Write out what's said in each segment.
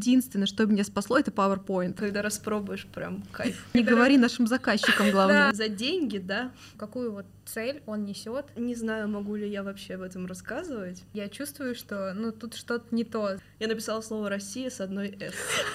единственное, что меня спасло, это PowerPoint. Когда распробуешь, прям кайф. Не говори нашим заказчикам, главное. За деньги, да. Какую вот цель он несет? Не знаю, могу ли я вообще об этом рассказывать. Я чувствую, что тут что-то не то. Я написала слово «Россия» с одной «с».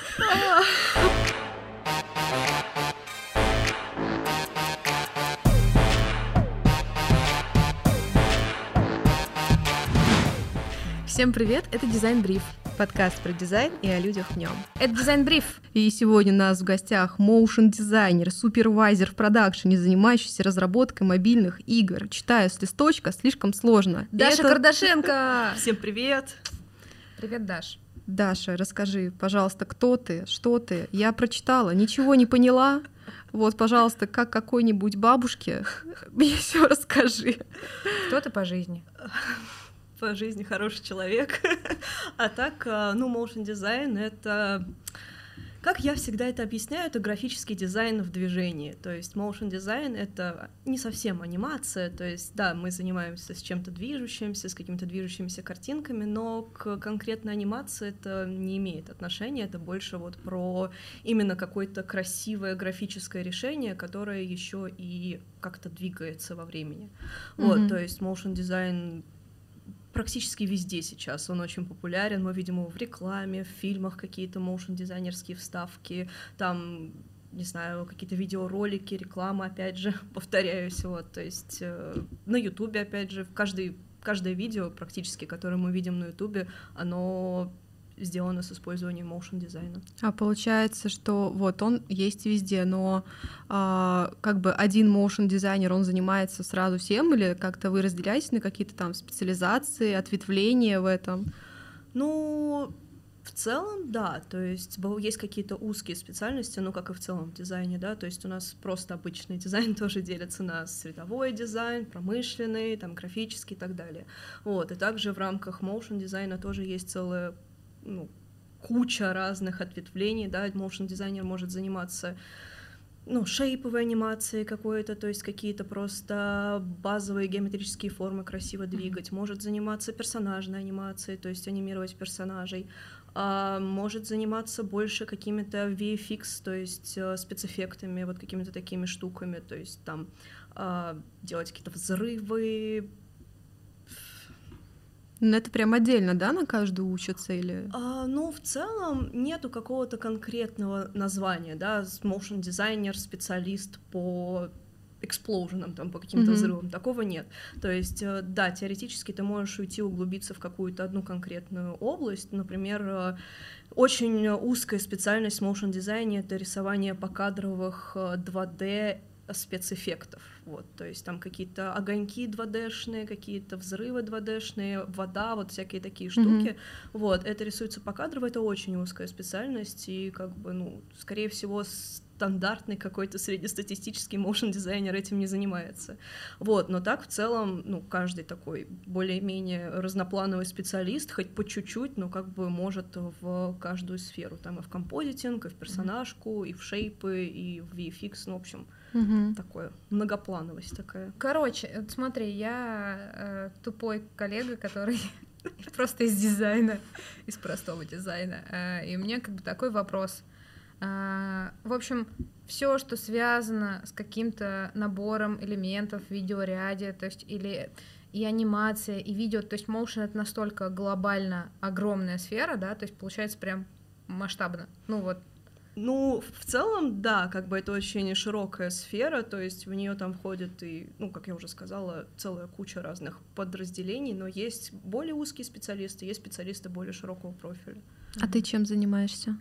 Всем привет, это Дизайн Бриф, подкаст про дизайн и о людях в нем. Это Дизайн Бриф. И сегодня у нас в гостях моушн-дизайнер, супервайзер в продакшене, занимающийся разработкой мобильных игр. Читаю с листочка, слишком сложно. Даша Кардашенко! Всем привет! Привет, Даш. Даша, расскажи, пожалуйста, кто ты, что ты? Я прочитала, ничего не поняла. Вот, пожалуйста, как какой-нибудь бабушке мне все расскажи. Кто ты по жизни? По жизни хороший человек. А так, motion дизайн — это, как я всегда это объясняю, это графический дизайн в движении. То есть motion дизайн — это не совсем анимация, то есть, да, мы занимаемся с чем-то движущимся, с какими-то движущимися картинками, но к конкретной анимации это не имеет отношения, это больше вот про именно какое-то красивое графическое решение, которое еще и как-то двигается во времени. Вот, то есть motion дизайн практически везде сейчас, он очень популярен, мы видим его в рекламе, в фильмах, какие-то моушн-дизайнерские вставки, там, не знаю, какие-то видеоролики, реклама, опять же, повторяюсь, вот, то есть на Ютубе, опять же, каждое видео практически, которое мы видим на Ютубе, оно сделано с использованием motion дизайна. А получается, что вот он есть везде, но как бы один motion дизайнер, он занимается сразу всем, или как-то вы разделяете на какие-то там специализации, ответвления в этом? Ну, в целом, да, то есть есть какие-то узкие специальности, ну, как и в целом в дизайне, да, то есть у нас просто обычный дизайн тоже делится на световой дизайн, промышленный, там, графический и так далее. Вот, и также в рамках motion дизайна тоже есть целая куча разных ответвлений, да, моушн-дизайнер может заниматься, шейповой анимацией какой-то, то есть какие-то просто базовые геометрические формы красиво двигать, может заниматься персонажной анимацией, то есть анимировать персонажей, может заниматься больше какими-то VFX, то есть спецэффектами, вот какими-то такими штуками, то есть там делать какие-то взрывы. Ну, это прям отдельно, да, на каждую учатся или? В целом нету какого-то конкретного названия, да, motion-дизайнер, специалист по эксплоуженам, там, по каким-то взрывам, такого нет. То есть, да, теоретически ты можешь уйти, углубиться в какую-то одну конкретную область, например, очень узкая специальность в motion-дизайне — это рисование покадровых 2D спецэффектов, вот, то есть там какие-то огоньки 2D-шные, какие-то взрывы 2D-шные, вода, вот всякие такие штуки, вот, это рисуется покадрово, это очень узкая специальность, и как бы, скорее всего, стандартный какой-то среднестатистический моушн-дизайнер этим не занимается, вот, но так в целом, каждый такой более-менее разноплановый специалист, хоть по чуть-чуть, но как бы может в каждую сферу, там и в композитинг, и в персонажку, и в шейпы, и в VFX, в общем, такое, многоплановость такая. Короче, смотри, я тупой коллега, который просто из дизайна, из простого дизайна, и у меня как бы такой вопрос. В общем, все, что связано с каким-то набором элементов в видеоряде, то есть и анимация, и видео, то есть motion — это настолько глобально огромная сфера, да, то есть получается прям масштабно, в целом, да, как бы это очень широкая сфера, то есть в нее там входит и, как я уже сказала, целая куча разных подразделений, но есть более узкие специалисты, есть специалисты более широкого профиля. А ты чем занимаешься?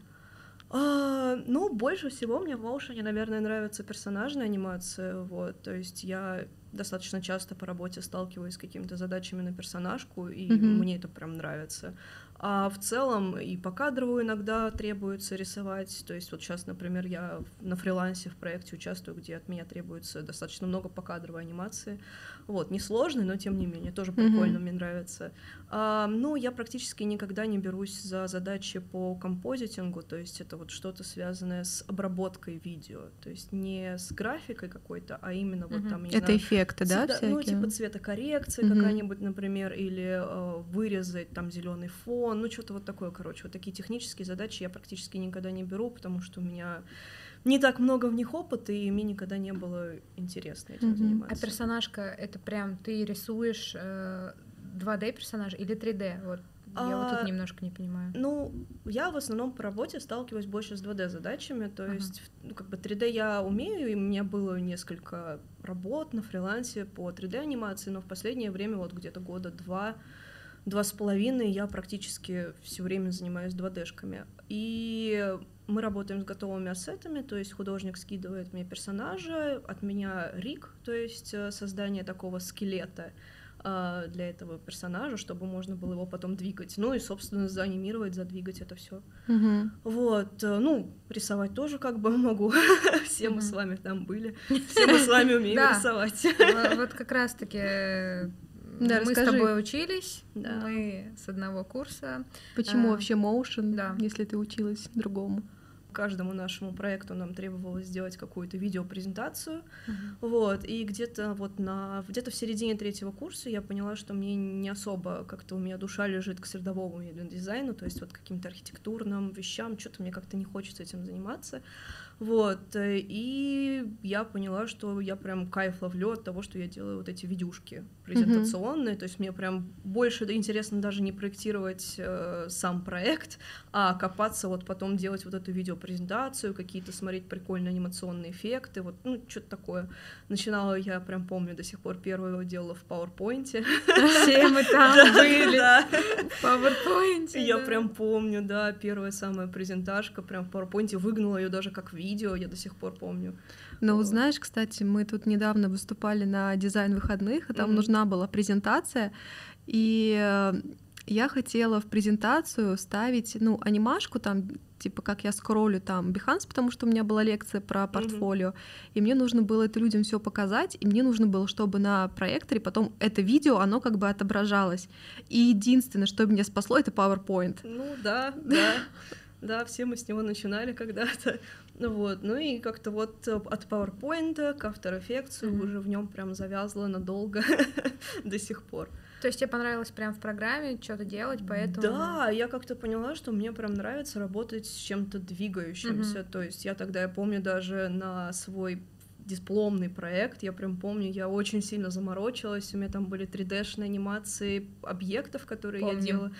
Больше всего мне в моушене, наверное, нравится персонажная анимация, вот, то есть я достаточно часто по работе сталкиваюсь с какими-то задачами на персонажку, и мне это прям нравится. А в целом и покадровую иногда требуется рисовать, то есть вот сейчас, например, я на фрилансе в проекте участвую, где от меня требуется достаточно много покадровой анимации, вот, несложный, но тем не менее, тоже прикольно, мне нравится. Я практически никогда не берусь за задачи по композитингу, то есть это вот что-то связанное с обработкой видео, то есть не с графикой какой-то, а именно вот там, не это знаю, эффекты, да, всякие? Типа цветокоррекция какая-нибудь, например, или вырезать там зеленый фон, анимацион, ну что-то вот такое, короче. Вот такие технические задачи я практически никогда не беру, потому что у меня не так много в них опыта, и мне никогда не было интересно этим заниматься. А персонажка — это прям ты рисуешь 2D персонажа или 3D? Вот. Я вот тут немножко не понимаю. Ну, я в основном по работе сталкиваюсь больше с 2D задачами, то есть, ну, как бы 3D я умею, и у меня было несколько работ на фрилансе по 3D анимации, но в последнее время, вот где-то года 2-2,5, я практически все время занимаюсь 2D-шками. И мы работаем с готовыми ассетами, то есть художник скидывает мне персонажа, от меня риг, то есть создание такого скелета для этого персонажа, чтобы можно было его потом двигать. Ну и, собственно, заанимировать, задвигать это все. Вот. Ну, рисовать тоже как бы могу. Все мы с вами там были. Все мы с вами умеем рисовать. Вот как раз-таки мы с тобой учились, мы с одного курса. Почему вообще motion, если ты училась другому? Каждому нашему проекту нам требовалось сделать какую-то видеопрезентацию, вот, и где-то вот где-то в середине 3-го курса я поняла, что мне не особо как-то у меня душа лежит к средовому дизайну, то есть вот каким-то архитектурным вещам, что-то мне как-то не хочется этим заниматься, вот, и я поняла, что я прям кайф ловлю от того, что я делаю вот эти видюшки презентационные, то есть мне прям больше интересно даже не проектировать сам проект, а копаться вот потом делать вот эту видеопрезентацию, какие-то смотреть прикольные анимационные эффекты, вот, ну, что-то такое. Начинала я прям помню до сих пор первое делала в PowerPoint. Все мы там были в PowerPoint. Я прям помню, да, первая самая презентажка прям в PowerPoint, выгнала ее даже как видео, я до сих пор помню. Ну, знаешь, кстати, мы тут недавно выступали на дизайн-выходных, и там нужна была презентация, и я хотела в презентацию ставить, ну, анимашку там, типа, как я скроллю там Behance, потому что у меня была лекция про портфолио, и мне нужно было это людям все показать, и мне нужно было, чтобы на проекторе потом это видео, оно как бы отображалось. И единственное, что меня спасло, это PowerPoint. Ну, да, все мы с него начинали когда-то. Вот. Ну и как-то вот от PowerPoint к After Effects уже в нем прям завязла надолго до сих пор. То есть тебе понравилось прям в программе что-то делать, поэтому... Да, я как-то поняла, что мне прям нравится работать с чем-то двигающимся. То есть я помню, даже на свой дипломный проект, я прям помню, я очень сильно заморочилась, у меня там были 3D-шные анимации объектов, которые я делала.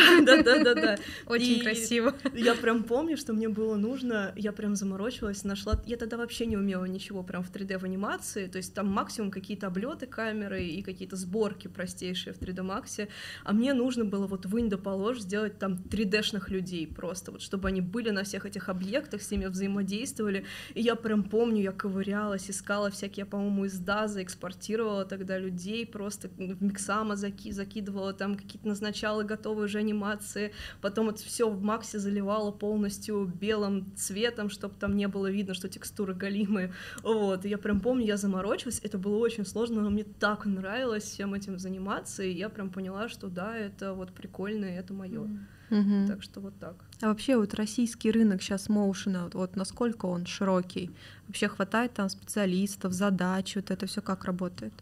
Да. Очень красиво. Я прям помню, что мне было нужно, я прям заморочилась, нашла, я тогда вообще не умела ничего прям в 3D в анимации, то есть там максимум какие-то облеты камеры и какие-то сборки простейшие в 3D Max, а мне нужно было вот вынь да положь сделать там 3D-шных людей просто, вот чтобы они были на всех этих объектах, с ними взаимодействовали, и я прям помню, я ковыряла, искала всякие, по-моему, из Даза, экспортировала тогда людей, просто в Миксама закидывала, там какие-то назначала готовые уже анимации, потом это все в Максе заливала полностью белым цветом, чтобы там не было видно, что текстуры галимые, вот, и я прям помню, я заморочилась, это было очень сложно, но мне так нравилось всем этим заниматься, и я прям поняла, что да, это вот прикольно, и это моё. Так что вот так. А вообще вот российский рынок сейчас моушена, вот насколько он широкий? Вообще хватает там специалистов, задач, вот это все как работает?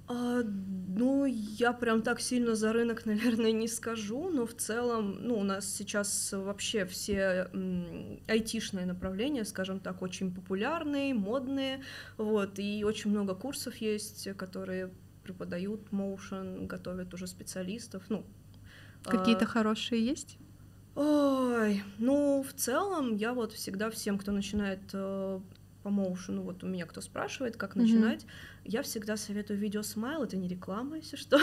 Ну, я прям так сильно за рынок, наверное, не скажу, но в целом, ну, у нас сейчас вообще все айтишные направления, скажем так, очень популярные, модные, вот, и очень много курсов есть, которые преподают motion, готовят уже специалистов, ну. Какие-то хорошие есть? Ой, ну, в целом, я вот всегда всем, кто начинает по моушену, вот у меня кто спрашивает, как начинать, я всегда советую видео Smile, это не реклама, если что,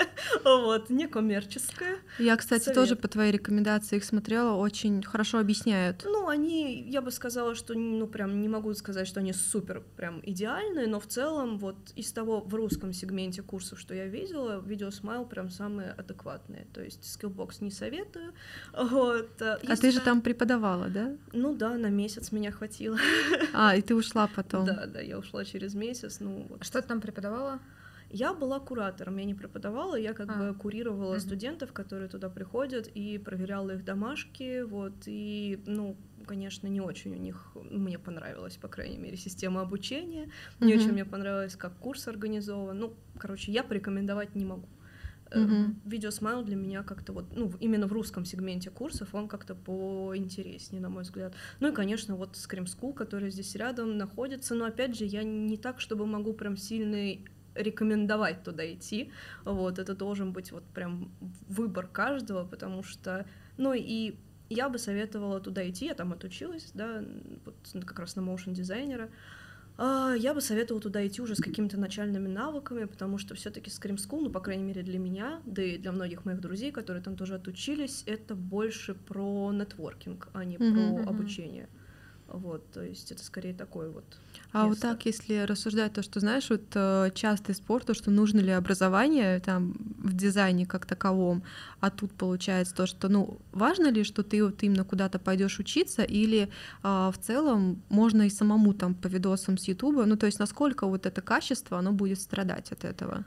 вот, не коммерческая. Я, кстати, тоже по твоей рекомендации их смотрела, очень хорошо объясняют. Ну, они, я бы сказала, что, ну, прям не могу сказать, что они супер прям идеальные, но в целом вот из того в русском сегменте курсов, что я видела, видео Smile прям самые адекватные, то есть Skillbox не советую, вот. А ты же там преподавала, да? Ну да, на месяц меня хватило. И ты ушла потом? Да, я ушла через месяц, ну вот. Что ты там преподавала? Я была куратором, я не преподавала, я как бы курировала студентов, которые туда приходят, и проверяла их домашки, вот, и, ну, конечно, не очень у них, мне понравилась, по крайней мере, система обучения, не очень мне понравилось, как курс организован, ну, короче, я порекомендовать не могу. Video Smile для меня как-то вот, ну, именно в русском сегменте курсов он как-то поинтереснее, на мой взгляд. Ну и, конечно, вот Scream School, который здесь рядом находится, но, опять же, я не так, чтобы могу прям сильно рекомендовать туда идти, вот, это должен быть вот прям выбор каждого, потому что, ну и я бы советовала туда идти, я там отучилась, да, вот как раз на моушн-дизайнера. Я бы советовала туда идти уже с какими-то начальными навыками, потому что все-таки Scream School, ну, по крайней мере, для меня, да и для многих моих друзей, которые там тоже отучились, это больше про нетворкинг, а не про обучение. Вот, то есть это скорее такой вот А место. вот так, если рассуждать то, что, знаешь, вот частый спор, то, что нужно ли образование там в дизайне как таковом, а тут получается то, что, ну, важно ли, что ты вот именно куда-то пойдешь учиться, или в целом можно и самому там по видосам с Ютуба, ну, то есть насколько вот это качество, оно будет страдать от этого?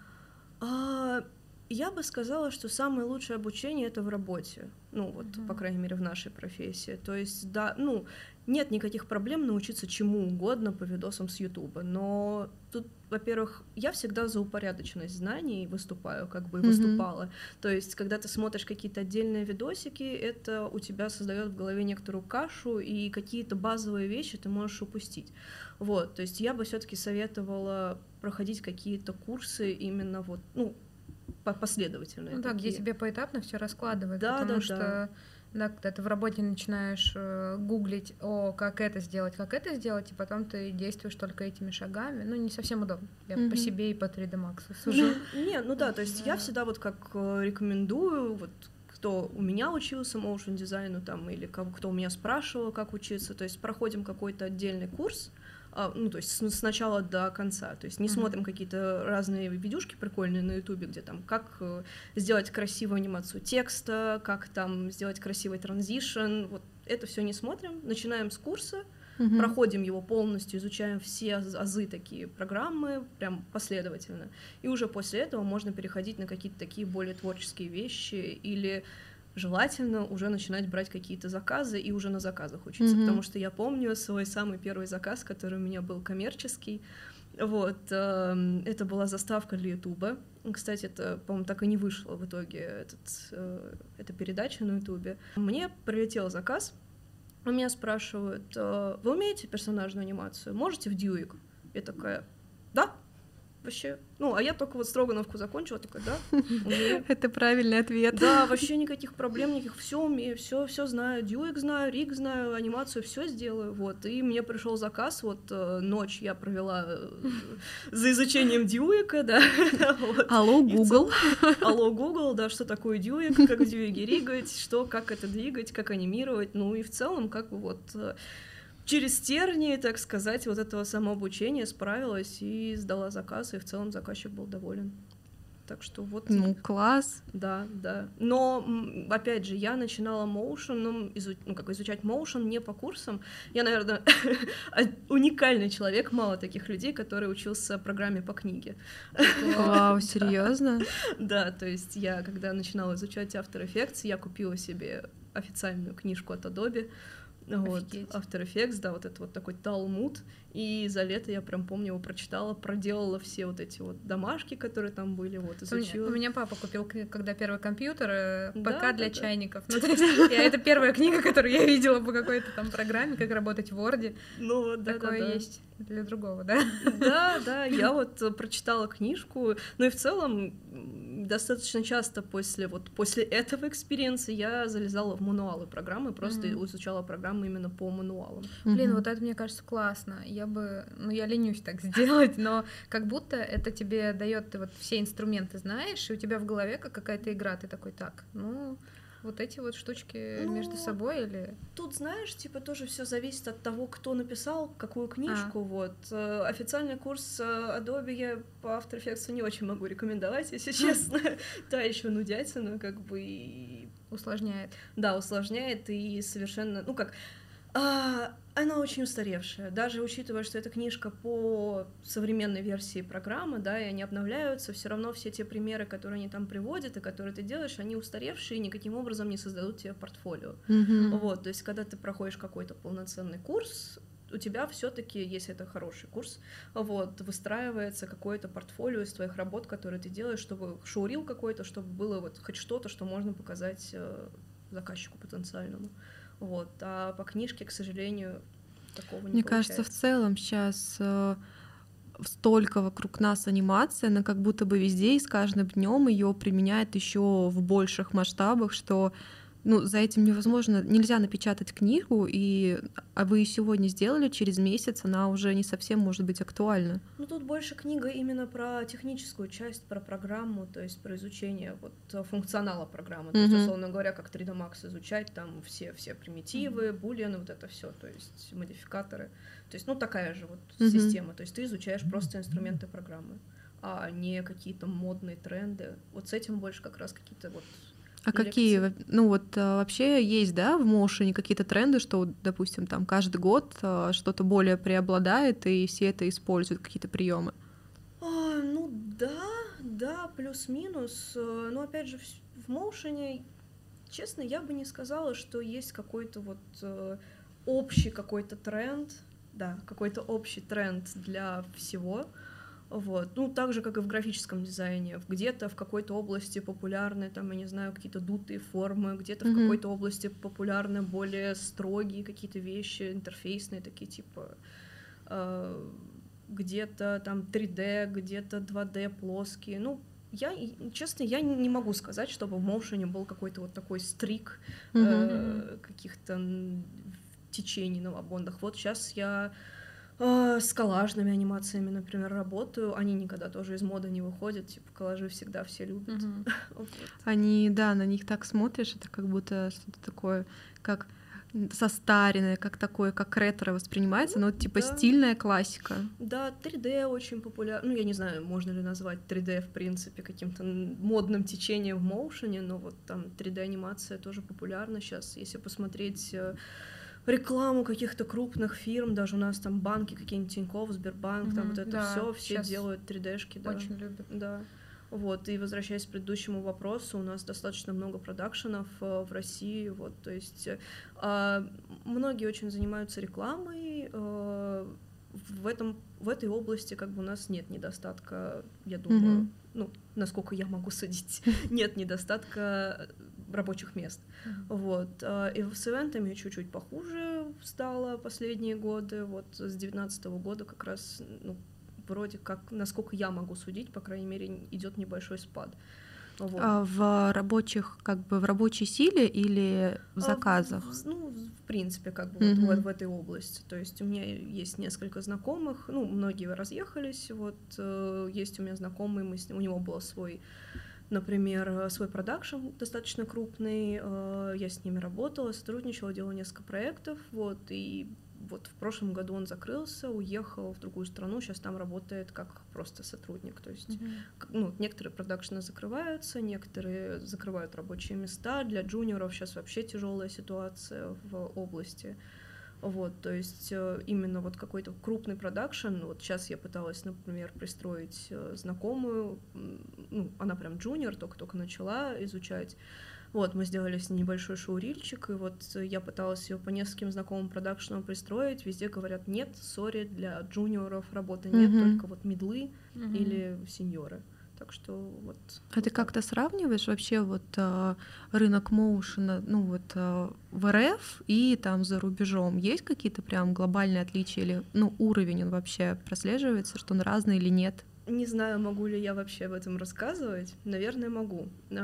Я бы сказала, что самое лучшее обучение — это в работе, ну вот, по крайней мере, в нашей профессии. То есть, да, ну, нет никаких проблем научиться чему угодно по видосам с Ютуба, но тут, во-первых, я всегда за упорядоченность знаний выступаю, как бы и выступала. То есть, когда ты смотришь какие-то отдельные видосики, это у тебя создает в голове некоторую кашу, и какие-то базовые вещи ты можешь упустить. Вот, то есть я бы все-таки советовала проходить какие-то курсы именно вот, ну, последовательные. Ну да, где тебе поэтапно все раскладывают, да, потому да, что да, когда ты в работе начинаешь гуглить, как это сделать, и потом ты действуешь только этими шагами, ну, не совсем удобно. Я по себе и по 3D Max сужу. Не, ну да, то есть я всегда вот как рекомендую, вот кто у меня учился моушн дизайну там, или кто у меня спрашивал, как учиться, то есть проходим какой-то отдельный курс, ну, то есть с начала до конца, то есть не смотрим какие-то разные видюшки прикольные на Ютубе, где там как сделать красивую анимацию текста, как там сделать красивый транзишн, вот это все не смотрим, начинаем с курса, проходим его полностью, изучаем все азы такие программы, прям последовательно, и уже после этого можно переходить на какие-то такие более творческие вещи или желательно уже начинать брать какие-то заказы и уже на заказах учиться, потому что я помню свой самый первый заказ, который у меня был коммерческий, вот, это была заставка для Ютуба, кстати, это, по-моему, так и не вышло в итоге, эта передача на Ютубе. Мне прилетел заказ, у меня спрашивают: вы умеете персонажную анимацию, можете в Дьюик? Я такая: да. Вообще, ну, а я только вот Строгановку закончила, такая: да, умею. Это правильный ответ. Да, вообще никаких проблем, никаких, все умею, все знаю, Дьюик знаю, Риг знаю, анимацию все сделаю, вот. И мне пришел заказ, вот ночь я провела за изучением Дьюика, да. Алло, Google. Алло, Google, да, что такое Дьюик, как в Дьюике ригать, как это двигать, как анимировать, ну и в целом, как бы вот через тернии, так сказать, вот этого самообучения справилась и сдала заказ, и в целом заказчик был доволен. Так что вот... Ну, класс. Да. Но, опять же, я начинала моушен, изучать моушен не по курсам. Я, наверное, уникальный человек, мало таких людей, который учился программе по книге. Вау, серьезно? Да, то есть я, когда начинала изучать After Effects, я купила себе официальную книжку от Adobe, вот, After Effects, да, вот это вот такой талмуд, и за лето я прям помню его прочитала, проделала все вот эти вот домашки, которые там были, вот, изучила. У меня папа купил, когда первый компьютер, ПК для чайников. Ну, то есть, это первая книга, которую я видела по какой-то там программе, как работать в Word. Ну, вот, такое есть для другого, да? Да, я вот прочитала книжку, ну и в целом достаточно часто после этого экспириенса я залезала в мануалы программы, просто изучала программы именно по мануалам. Блин, вот это, мне кажется, классно. Я ленюсь так сделать, но как будто это тебе дает, ты вот все инструменты знаешь, и у тебя в голове как какая-то игра, ты такой: так, ну, вот эти вот штучки между собой или... Тут, знаешь, типа тоже все зависит от того, кто написал какую книжку, вот. Официальный курс Adobe я по After Effects не очень могу рекомендовать, если честно. Та еще нудятина, как бы... Усложняет. Да, усложняет и совершенно... Ну как... Она очень устаревшая, даже учитывая, что эта книжка по современной версии программы, да, и они обновляются, все равно все те примеры, которые они там приводят и которые ты делаешь, они устаревшие и никаким образом не создадут тебе портфолио. Вот, то есть когда ты проходишь какой-то полноценный курс, у тебя все-таки, если это хороший курс, вот, выстраивается какое-то портфолио из твоих работ, которые ты делаешь, чтобы шоурил какой-то, чтобы было вот хоть что-то, что можно показать заказчику потенциальному. Вот. А по книжке, к сожалению, такого не Мне получается. кажется, в целом сейчас столько вокруг нас анимации, она как будто бы везде, и с каждым днем ее применяют еще в больших масштабах, что за этим невозможно, нельзя напечатать книгу, а вы ее сегодня сделали, через месяц она уже не совсем может быть актуальна. Ну, тут больше книга именно про техническую часть, про программу, то есть про изучение вот функционала программы. То есть, условно говоря, как 3D Max изучать, там все примитивы, буллианы, вот это все, то есть модификаторы. То есть, такая же вот система. То есть ты изучаешь просто инструменты программы, а не какие-то модные тренды. Вот с этим больше как раз какие-то вот... А какие, вообще есть, да, в моушене какие-то тренды, что, допустим, там каждый год что-то более преобладает, и все это используют, какие-то приемы? Да, плюс-минус. Но опять же, в моушене, честно, я бы не сказала, что есть какой-то вот общий какой-то тренд, какой-то общий тренд для всего. Вот. Так же, как и в графическом дизайне. Где-то в какой-то области популярны, там, я не знаю, какие-то дутые формы, где-то в какой-то области популярны более строгие какие-то вещи, интерфейсные такие, типа где-то там 3D, где-то 2D плоские. Честно, я не могу сказать, чтобы в моушене был какой-то вот такой стрик каких-то течений на лабондах. Вот сейчас я с коллажными анимациями, например, работаю. Они никогда тоже из моды не выходят. Типа коллажи всегда все любят. Они, на них так смотришь, это как будто что-то такое, как состаренное, как такое, как ретро воспринимается, но типа стильная классика. Да, 3D очень популярно. Я не знаю, можно ли назвать 3D, в принципе, каким-то модным течением в моушене, но вот там 3D-анимация тоже популярна сейчас. Если посмотреть рекламу каких-то крупных фирм, даже у нас там банки какие-нибудь, Тинькофф, Сбербанк, там вот это все делают 3D-шки, да. Очень любят. Да. Вот, и возвращаясь к предыдущему вопросу, у нас достаточно много продакшенов в России, вот, то есть многие очень занимаются рекламой, в этой области как бы у нас нет недостатка, я думаю, насколько я могу судить, нет недостатка рабочих мест. Вот. И с ивентами чуть-чуть похуже стало последние годы, вот с 2019 года как раз, вроде как, насколько я могу судить, по крайней мере, идет небольшой спад. Вот. В рабочих, в рабочей силе или в заказах? В принципе, вот в этой области. То есть у меня есть несколько знакомых, многие разъехались, вот есть у меня знакомый, у него был свой, например, свой продакшн достаточно крупный, я с ними работала, сотрудничала, делала несколько проектов, вот, и вот в прошлом году он закрылся, уехал в другую страну, сейчас там работает как просто сотрудник. То есть некоторые продакшены закрываются, некоторые закрывают рабочие места. Для джуниоров сейчас вообще тяжелая ситуация в области. Вот, то есть именно вот какой-то крупный продакшн. Вот сейчас я пыталась, например, пристроить знакомую, она прям джуниор, только начала изучать. Вот, мы сделали с ней небольшой шоурильчик, и вот я пыталась ее по нескольким знакомым продакшенам пристроить, везде говорят, нет, сори, для джуниоров работы нет, только вот мидлы или сеньоры. Так что вот... А ты как-то сравниваешь вообще вот рынок моушена, в РФ и там за рубежом? Есть какие-то прям глобальные отличия или, уровень он вообще прослеживается, что он разный или нет? Не знаю, могу ли я вообще об этом рассказывать. Наверное, могу.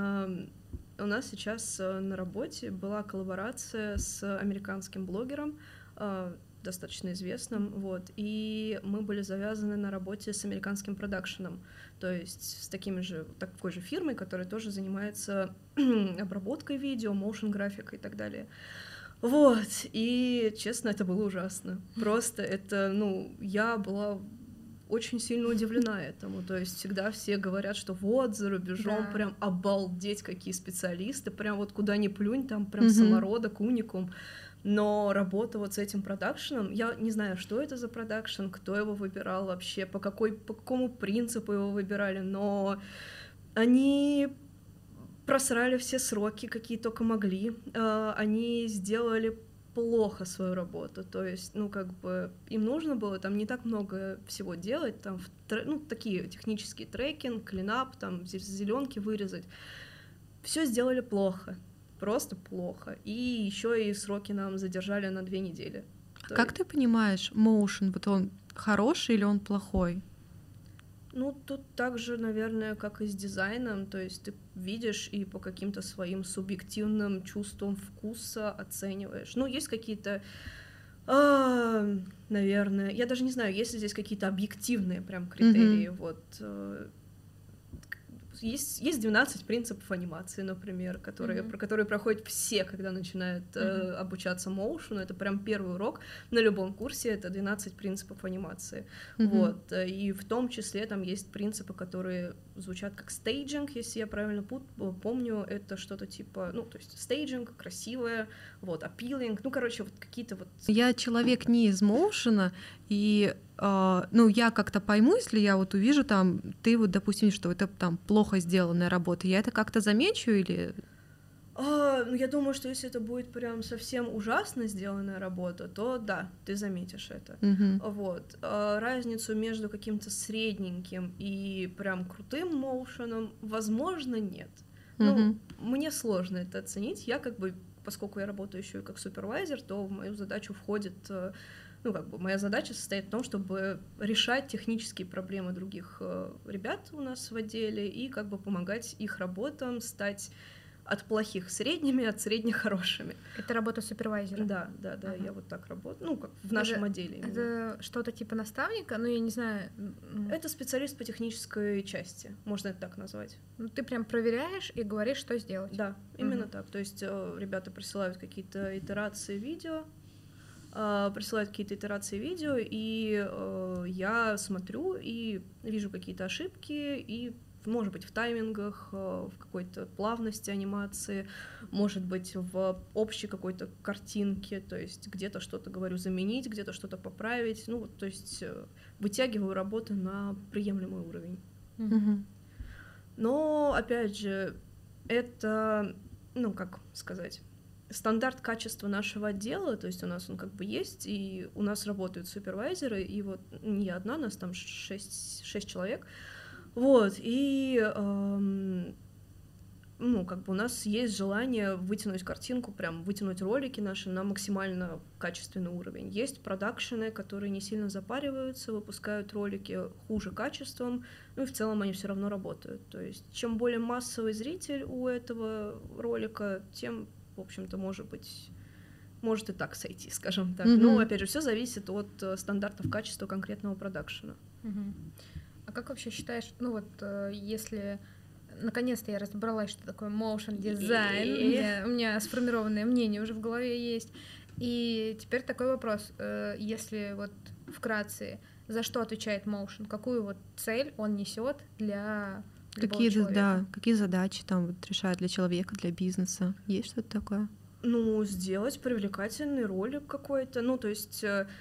У нас сейчас на работе была коллаборация с американским блогером, достаточно известным, вот, и мы были завязаны на работе с американским продакшеном, то есть с такой же фирмой, которая тоже занимается обработкой видео, моушн-графикой и так далее. Вот, и, честно, это было ужасно. Просто это, я была очень сильно удивлена этому, то есть всегда все говорят, что вот за рубежом прям обалдеть какие специалисты, прям вот куда ни плюнь, там прям самородок, уникум, но работа вот с этим продакшеном, я не знаю, что это за продакшен, кто его выбирал вообще, по какому принципу его выбирали, но они просрали все сроки, какие только могли, они сделали плохо свою работу, то есть, ну, как бы им нужно было там не так много всего делать, там, ну, такие технические трекинг, клинап, там, зеленки вырезать. Все сделали плохо, просто плохо. И еще и сроки нам задержали на 2 недели. Как ты понимаешь, motion, вот он хороший или он плохой? Ну, тут так же, наверное, как и с дизайном, то есть ты видишь и по каким-то своим субъективным чувствам вкуса оцениваешь. Ну, есть какие-то, наверное, я даже не знаю, есть ли здесь какие-то объективные прям критерии, вот. Есть 12 принципов анимации, например, про которые проходят все, когда начинают обучаться моушену. Это прям первый урок на любом курсе, это 12 принципов анимации. Вот. И в том числе там есть принципы, которые звучат как стейджинг, если я правильно помню, это что-то типа, ну, то есть стейджинг, красивое, вот, appealing, ну, короче, вот какие-то вот... Я человек не из моушена, и ну, я как-то пойму, если я вот увижу там, ты вот, допустим, что это там плохо сделанная работа, я это как-то замечу или... Ну, я думаю, что если это будет прям совсем ужасно сделанная работа, то да, ты заметишь это. Вот. Разницу между каким-то средненьким и прям крутым моушеном, возможно, нет. Ну, мне сложно это оценить. Я как бы, поскольку я работаю еще и как супервайзер, то в мою задачу входит... Ну, как бы моя задача состоит в том, чтобы решать технические проблемы других ребят у нас в отделе и как бы помогать их работам стать от плохих средними, от средних хорошими. Это работа супервайзера? Да, я вот так работаю, ну, как в нашем отделе. Это что-то типа наставника? Ну, я не знаю. Это специалист по технической части, можно это так назвать. Ну, ты прям проверяешь и говоришь, что сделать? Да, именно так. То есть ребята присылают какие-то итерации видео, и я смотрю и вижу какие-то ошибки, и, может быть, в таймингах, в какой-то плавности анимации, может быть, в общей какой-то картинке, то есть где-то что-то, говорю, заменить, где-то что-то поправить, ну, вот, то есть вытягиваю работу на приемлемый уровень. Но, опять же, это, ну, как сказать... Стандарт качества нашего отдела, то есть у нас он как бы есть, и у нас работают супервайзеры, и вот не одна, нас там 6 человек, вот, и, ну, как бы у нас есть желание вытянуть картинку, прям вытянуть ролики наши на максимально качественный уровень. Есть продакшены, которые не сильно запариваются, выпускают ролики хуже качеством, ну и в целом они все равно работают, то есть чем более массовый зритель у этого ролика, тем в общем-то, может и так сойти, скажем так. Но, опять же, все зависит от стандартов качества конкретного продакшена. А как вообще считаешь, ну вот, если... Наконец-то я разобралась, что такое motion дизайн, у меня сформированное мнение уже в голове есть. И теперь такой вопрос, если вот вкратце, за что отвечает motion, какую вот цель он несет для... Какие задачи там вот решают для человека, для бизнеса? Есть что-то такое? Ну, сделать привлекательный ролик какой-то. Ну, то есть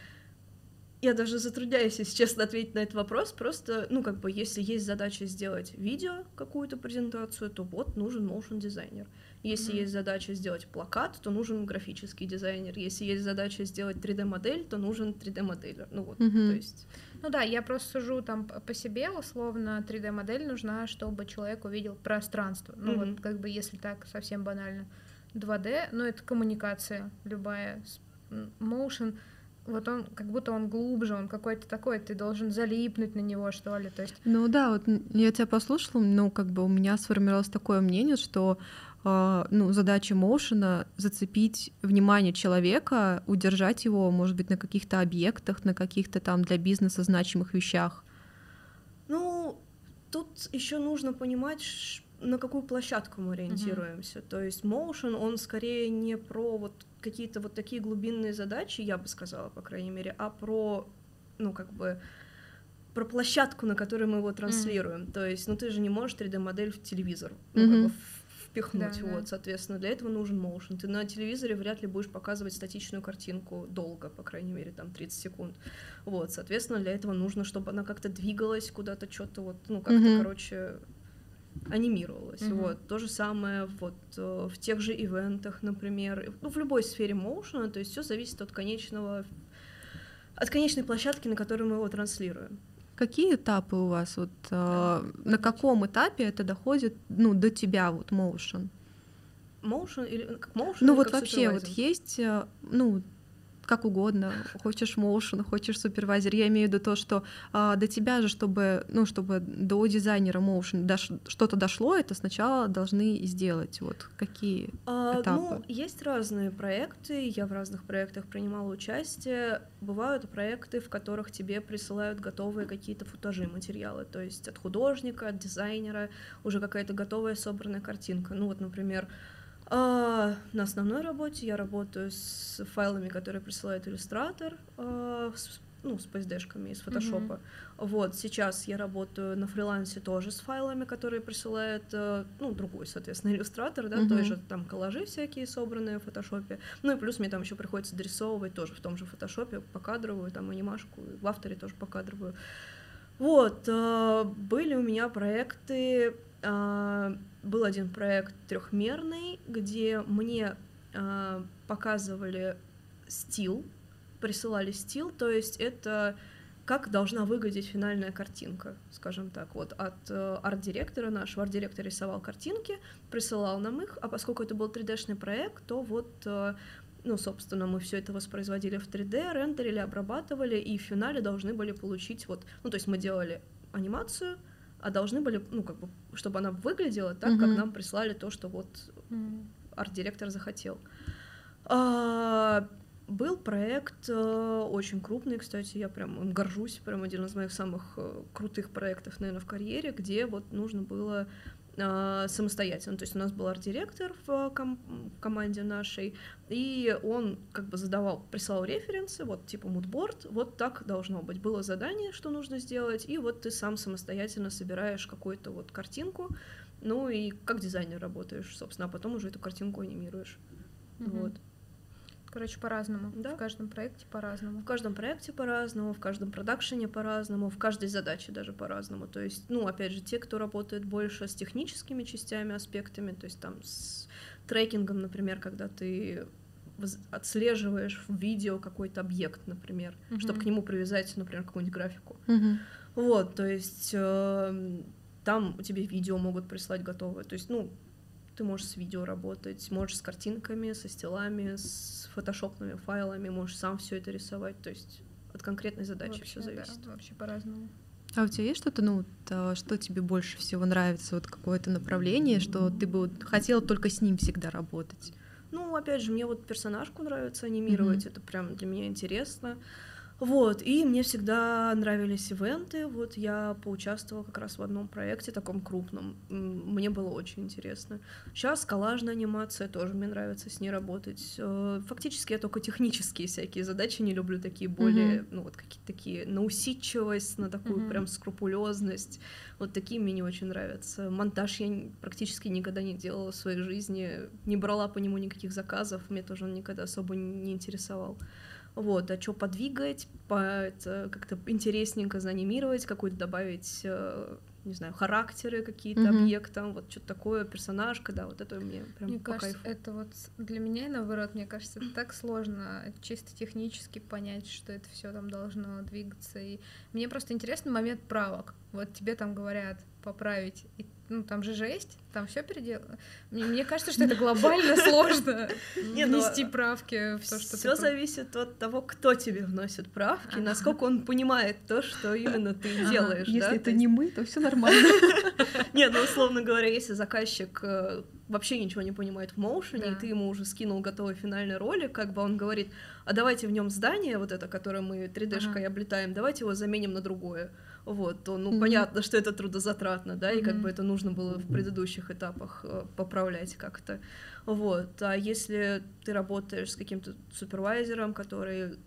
я даже затрудняюсь, если честно, ответить на этот вопрос. Просто, ну, как бы, если есть задача сделать видео, какую-то презентацию, то вот нужен motion дизайнер. Если есть задача сделать плакат, то нужен графический дизайнер. Если есть задача сделать 3D-модель, то нужен 3D-моделер. Ну вот, то есть... Ну да, я просто сужу там по себе, условно, 3D-модель нужна, чтобы человек увидел пространство. Ну вот, как бы, если так совсем банально. 2D, ну это коммуникация любая. Motion, вот он, как будто он глубже, он какой-то такой, ты должен залипнуть на него, что ли, то есть... Ну да, вот я тебя послушала, ну как бы у меня сформировалось такое мнение, что ну, задача моушена — зацепить внимание человека, удержать его, может быть, на каких-то объектах, на каких-то там для бизнеса значимых вещах. Ну, тут еще нужно понимать, на какую площадку мы ориентируемся. То есть motion, он скорее не про вот какие-то вот такие глубинные задачи, я бы сказала, по крайней мере, а про, ну, как бы, про площадку, на которой мы его транслируем. То есть, ну, ты же не можешь 3D-модель в телевизор, ну, как бы впихнуть, Да, вот, да. Соответственно, для этого нужен motion. Ты на телевизоре вряд ли будешь показывать статичную картинку долго, по крайней мере, там, 30 секунд. Вот, соответственно, для этого нужно, чтобы она как-то двигалась куда-то, что-то вот, ну, как-то, короче... анимировалось. Вот. То же самое вот в тех же ивентах, например, ну, в любой сфере моушена, то есть все зависит от конечной площадки, на которой мы его транслируем. Какие этапы у вас? Вот, на каком этапе это доходит, ну, до тебя, вот, motion? Motion или как motion? Ну, или вот как вообще вот супервайзер? есть, ну, как угодно, хочешь motion, хочешь супервайзер. Я имею в виду то, что до тебя же, чтобы до дизайнера motion что-то дошло, это сначала должны сделать. Вот какие этапы? Ну, есть разные проекты, я в разных проектах принимала участие. Бывают проекты, в которых тебе присылают готовые какие-то футажи, материалы, то есть от художника, от дизайнера, уже какая-то готовая собранная картинка. Ну вот, например, на основной работе я работаю с файлами, которые присылает иллюстратор, с PSD-шками из фотошопа. Вот, сейчас я работаю на фрилансе тоже с файлами, которые присылает, другой, соответственно, иллюстратор, да, той же там коллажи всякие собранные в фотошопе. Ну и плюс мне там еще приходится дорисовывать тоже в том же фотошопе, покадровую, там анимашку, в авторе тоже покадровую. Вот, были у меня проекты. Был один проект трехмерный, где мне показывали стил, присылали стил, то есть это как должна выглядеть финальная картинка, скажем так, вот от арт-директора нашего. Арт-директор рисовал картинки, присылал нам их, а поскольку это был 3D-шный проект, то вот, собственно, мы все это воспроизводили в 3D, рендерили, обрабатывали, и в финале должны были получить вот, то есть мы делали анимацию, а должны были, чтобы она выглядела так, как нам прислали то, что вот арт-директор захотел. Был проект очень крупный, кстати, я прям им горжусь, прям один из моих самых крутых проектов, наверное, в карьере, где вот нужно было самостоятельно, то есть у нас был арт-директор в команде нашей, и он как бы присылал референсы, вот типа мудборд, вот так должно быть, было задание, что нужно сделать, и вот ты сам самостоятельно собираешь какую-то вот картинку, ну и как дизайнер работаешь, собственно, а потом уже эту картинку анимируешь, вот. Короче, по-разному. Да. В каждом проекте по-разному. В каждом проекте по-разному, в каждом продакшене по-разному, в каждой задаче даже по-разному. То есть, опять же, те, кто работает больше с техническими частями, аспектами, то есть там с трекингом, например, когда ты отслеживаешь в видео какой-то объект, например, чтобы к нему привязать, например, какую-нибудь графику. Вот, то есть там тебе видео могут прислать готовое. То есть, ты можешь с видео работать, можешь с картинками, со стилами, с фотошопными файлами, можешь сам все это рисовать, то есть от конкретной задачи все зависит. Да, вообще по-разному. А у тебя есть что-то, что тебе больше всего нравится, вот какое-то направление, что ты бы хотела только с ним всегда работать? Опять же, мне вот персонажку нравится анимировать, это прям для меня интересно. Вот, и мне всегда нравились ивенты, вот я поучаствовала как раз в одном проекте, таком крупном, мне было очень интересно. Сейчас коллажная анимация, тоже мне нравится с ней работать. Фактически я только технические всякие задачи не люблю, такие более, какие-то такие на усидчивость, на такую прям скрупулезность, вот такие мне не очень нравятся. Монтаж я практически никогда не делала в своей жизни, не брала по нему никаких заказов, мне тоже он никогда особо не интересовал. Вот, а что подвигать, как-то интересненько заанимировать, какую-то добавить, не знаю, характеры какие-то объектам, вот что-то такое, персонажка, да, вот это мне прям мне по кажется, кайфу. это вот для меня, наоборот, мне кажется, это так сложно чисто технически понять, что это все там должно двигаться, и мне просто интересный момент правок. Вот тебе там говорят поправить, и, там же жесть, там все переделано. Мне кажется, что это глобально сложно внести правки в то, что все зависит от того, кто тебе вносит правки, насколько он понимает то, что именно ты делаешь. Если это не мы, то все нормально. Нет, условно говоря, если заказчик вообще ничего не понимает в моушене, и ты ему уже скинул готовый финальный ролик, как бы он говорит, а давайте в нем здание, вот это, которое мы 3D-шкой облетаем, давайте его заменим на другое. Вот, то, понятно, что это трудозатратно, да, и как бы это нужно было в предыдущих этапах поправлять как-то. Вот, а если ты работаешь с каким-то супервайзером, который,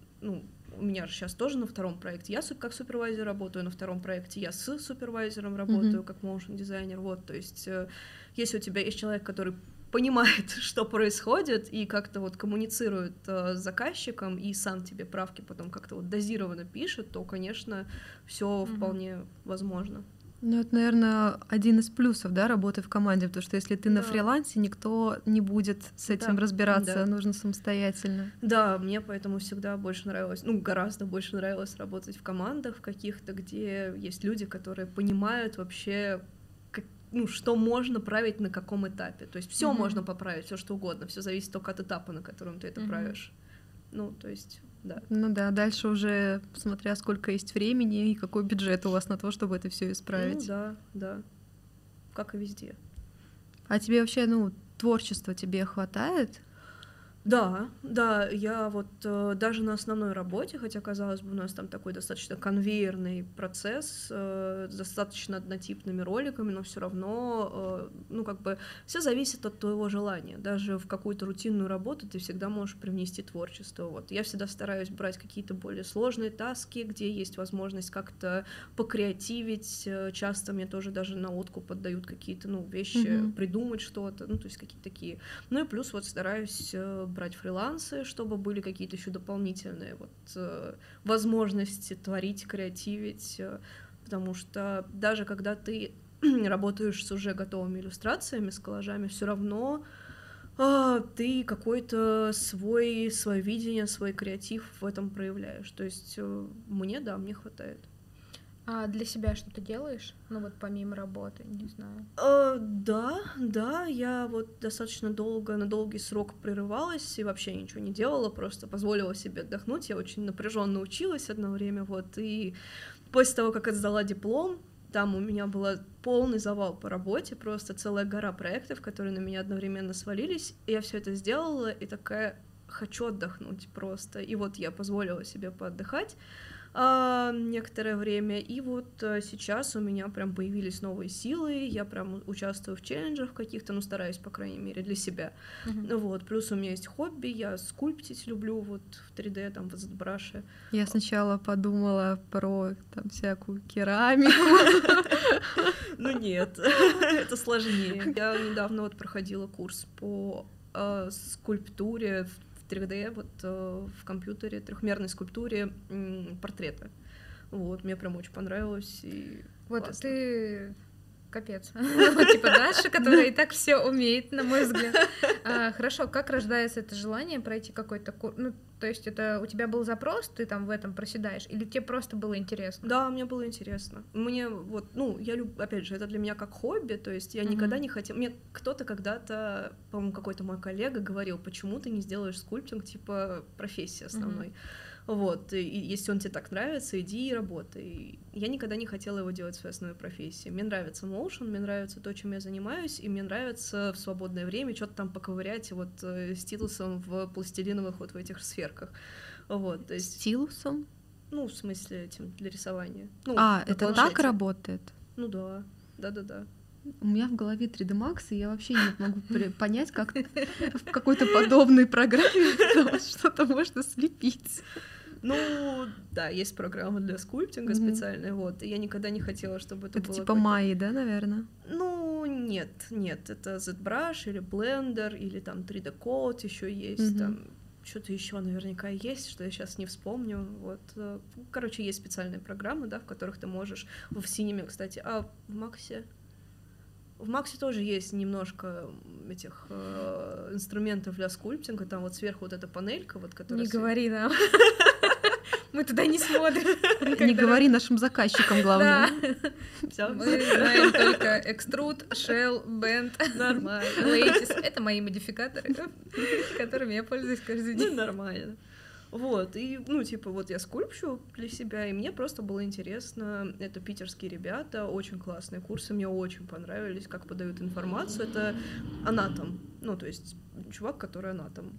у меня же сейчас тоже на втором проекте я как супервайзер работаю, на втором проекте я с супервайзером работаю как моушн-дизайнер, вот, то есть если у тебя есть человек, который понимает, что происходит, и как-то вот коммуницирует с заказчиком, и сам тебе правки потом как-то вот дозированно пишет, то, конечно, все вполне возможно. Ну, это, наверное, один из плюсов, да, работы в команде, потому что если ты на фрилансе, никто не будет с этим разбираться, нужно самостоятельно. Да, мне поэтому всегда больше нравилось, ну, гораздо больше нравилось работать в командах каких-то, где есть люди, которые понимают вообще, ну, что можно править на каком этапе. То есть все можно поправить, все что угодно, все зависит только от этапа, на котором ты это правишь. Ну, то есть, да. Ну да, дальше уже смотря сколько есть времени и какой бюджет у вас на то, чтобы это все исправить. Ну да, да. Как и везде. А тебе вообще, ну, творчества тебе хватает? Да, да, я вот даже на основной работе, хотя, казалось бы, у нас там такой достаточно конвейерный процесс с достаточно однотипными роликами, но все равно, ну, как бы, все зависит от твоего желания. Даже в какую-то рутинную работу ты всегда можешь привнести творчество. Вот. Я всегда стараюсь брать какие-то более сложные таски, где есть возможность как-то покреативить. Часто мне тоже даже на откуп отдают какие-то, ну, вещи, придумать что-то, ну, то есть какие-то такие. Ну и плюс вот стараюсь брать фрилансы, чтобы были какие-то еще дополнительные вот возможности творить, креативить, потому что даже когда ты работаешь с уже готовыми иллюстрациями, с коллажами, все равно ты какой-то свое видение, свой креатив в этом проявляешь. То есть мне хватает. А для себя что ты делаешь? Ну вот помимо работы, не знаю. Да, я вот достаточно на долгий срок прерывалась и вообще ничего не делала, просто позволила себе отдохнуть. Я очень напряженно училась одно время, вот, и после того, как отсдала диплом, там у меня был полный завал по работе, просто целая гора проектов, которые на меня одновременно свалились, и я все это сделала, и такая, хочу отдохнуть просто. И вот я позволила себе поотдыхать некоторое время, и вот сейчас у меня прям появились новые силы, я прям участвую в челленджах каких-то, ну, стараюсь, по крайней мере, для себя. Вот, плюс у меня есть хобби, я скульптить люблю, вот, в 3D, там, в ZBrush. Я сначала подумала про, там, всякую керамику. Ну, нет, это сложнее. Я недавно вот проходила курс по скульптуре в 3D, вот в компьютере, трехмерной скульптуре портрета. Вот, мне прям очень понравилось. И вот классно. ты капец. Типа Даша, которая и так все умеет, на мой взгляд. Хорошо, как рождается это желание пройти какой-то курс? Ну, то есть это у тебя был запрос, ты там в этом проседаешь, или тебе просто было интересно? Да, мне было интересно. Мне вот, ну, я люблю, опять же, это для меня как хобби, то есть я никогда не хотела... Мне кто-то когда-то, по-моему, какой-то мой коллега говорил, почему ты не сделаешь скульптинг, типа, профессии основной. Вот, и если он тебе так нравится, иди и работай. И я никогда не хотела его делать своей основной профессией. Мне нравится motion, мне нравится то, чем я занимаюсь, и мне нравится в свободное время что-то там поковырять вот стилусом в пластилиновых вот в этих сферках. Вот, то есть... Стилусом? Ну, в смысле, этим, для рисования. Ну, это так работает? Ну да, да. У меня в голове 3D Max, и я вообще не могу понять, как в какой-то подобной программе что-то можно слепить. Ну, да, есть программа для скульптинга специальная, вот, и я никогда не хотела, чтобы это было... Это типа Майи, да, наверное? Ну, нет, это ZBrush или Blender, или там 3D Code еще есть, там что-то еще наверняка есть, что я сейчас не вспомню, вот. Короче, есть специальные программы, да, в которых ты можешь... В Cinema, кстати, в Максе... В Максе тоже есть немножко этих инструментов для скульптинга, там вот сверху вот эта панелька, вот, которая... Не говори нам. Мы туда не смотрим. Не говори нашим заказчикам, главное. Мы знаем только Extrude, Shell, Bend, Нормально. Lattice. Это мои модификаторы, которыми я пользуюсь каждый день. Нормально. Вот, и, ну, типа, вот я скульпчу для себя, и мне просто было интересно. Это питерские ребята, очень классные курсы, мне очень понравились, как подают информацию. Это анатом, ну, то есть чувак, который анатом.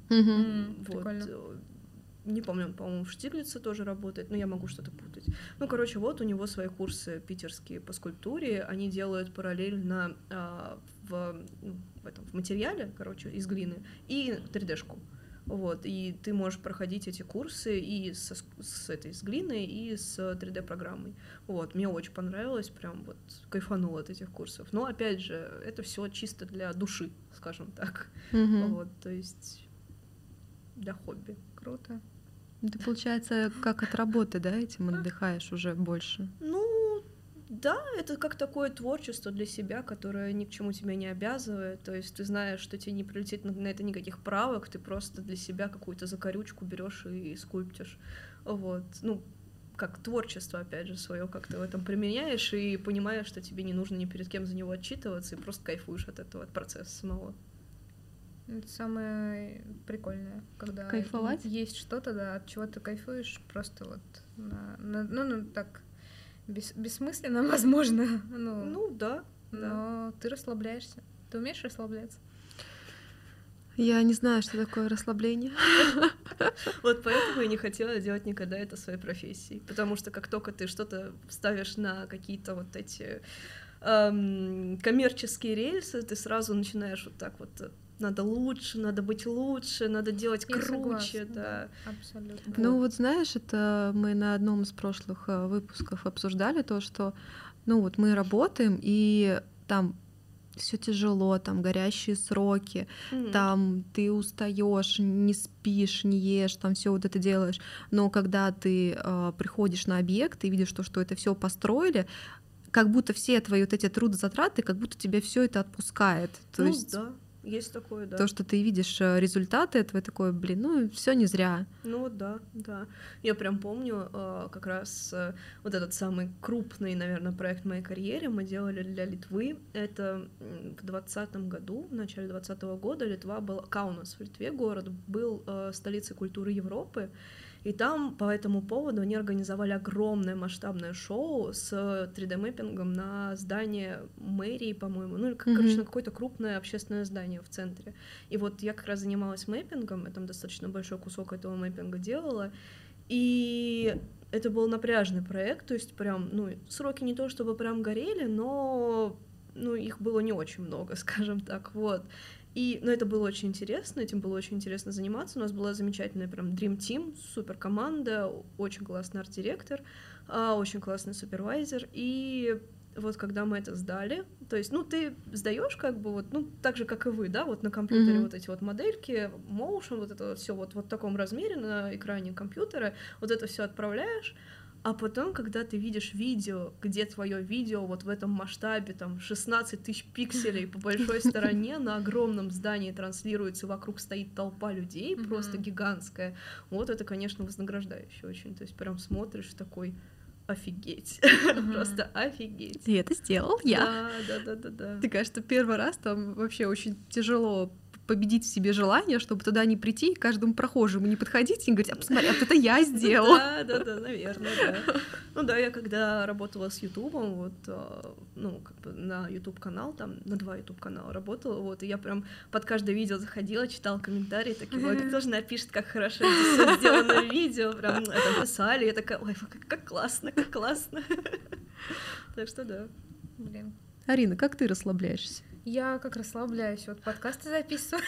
Вот. Не помню, по-моему, в Штиглице тоже работает, но я могу что-то путать. Ну, короче, вот у него свои курсы питерские по скульптуре, они делают параллельно в материале, короче, из глины, и 3D-шку. Вот, и ты можешь проходить эти курсы и с глиной, и с 3D-программой. Вот, мне очень понравилось, прям вот кайфанула от этих курсов. Но, опять же, это все чисто для души, скажем так. Вот, то есть для хобби. Круто. Ты, получается, как от работы, да, этим отдыхаешь уже больше? Ну, Да, это как такое творчество для себя, которое ни к чему тебя не обязывает. То есть ты знаешь, что тебе не прилетит на это никаких правок, ты просто для себя какую-то закорючку берешь и скульптишь. Вот. Ну, как творчество, опять же, свое как-то в этом применяешь и понимаешь, что тебе не нужно ни перед кем за него отчитываться, и просто кайфуешь от этого, от процесса самого. Это самое прикольное, когда Кайфовать? Есть что-то, да, от чего ты кайфуешь, просто вот так бессмысленно, возможно. Ну да. Но ты расслабляешься. Ты умеешь расслабляться? Я не знаю, что такое расслабление. Вот поэтому я не хотела делать никогда это своей профессией. Потому что как только ты что-то ставишь на какие-то вот эти коммерческие рельсы, ты сразу начинаешь вот так вот: надо лучше, надо быть лучше, надо делать Я круче, согласна, да. Абсолютно. Ну вот знаешь, это мы на одном из прошлых выпусков обсуждали то, что, ну вот мы работаем, и там все тяжело, там горящие сроки, там ты устаешь, не спишь, не ешь, там все вот это делаешь. Но когда ты приходишь на объект и видишь, что это все построили, как будто все твои вот эти трудозатраты, как будто тебя все это отпускает. То есть да, есть такое, да. то, что ты видишь результаты этого, такое, блин, ну все не зря. Ну да. Я прям помню как раз вот этот самый крупный, наверное, проект в моей карьере мы делали для Литвы. Это в 2020 году, в начале 2020 года Литва была, Каунас в Литве город, был столицей культуры Европы. И там по этому поводу они организовали огромное масштабное шоу с 3D-мэппингом на здание мэрии, по-моему, ну, короче, на какое-то крупное общественное здание в центре. И вот я как раз занималась мэппингом, я там достаточно большой кусок этого мэппинга делала, и это был напряжный проект, то есть прям, ну, сроки не то чтобы прям горели, но, ну, их было не очень много, скажем так, вот. Но это было очень интересно, этим было очень интересно заниматься. У нас была замечательная прям Dream Team, супер команда, очень классный арт-директор, очень классный супервайзер. И вот когда мы это сдали, то есть, ну, ты сдаешь как бы вот, ну, так же, как и вы, да, вот на компьютере вот эти вот модельки, motion, вот это вот все вот в таком размере на экране компьютера, вот это все отправляешь. А потом, когда ты видишь видео, где твое видео вот в этом масштабе, там, 16 тысяч пикселей по большой стороне на огромном здании транслируется, вокруг стоит толпа людей, просто гигантская, вот это, конечно, вознаграждающе очень. То есть прям смотришь такой: офигеть, просто офигеть. И это сделал я. Да. Мне кажется, первый раз там вообще очень тяжело победить в себе желание, чтобы туда не прийти и каждому прохожему не подходить и говорить: а посмотри, вот это я сделала. Да, наверное, да. Ну да, я когда работала с Ютубом, вот, ну, как бы на Ютуб-канал, там, на 2 Ютуб-канала работала, вот, и я прям под каждое видео заходила, читала комментарии, такие: ой, кто же напишет, как хорошо здесь сделано видео, прям это писали, я такая: ой, как классно, как классно. Так что да. Блин. Арина, как ты расслабляешься? Я как расслабляюсь, вот подкасты записываю.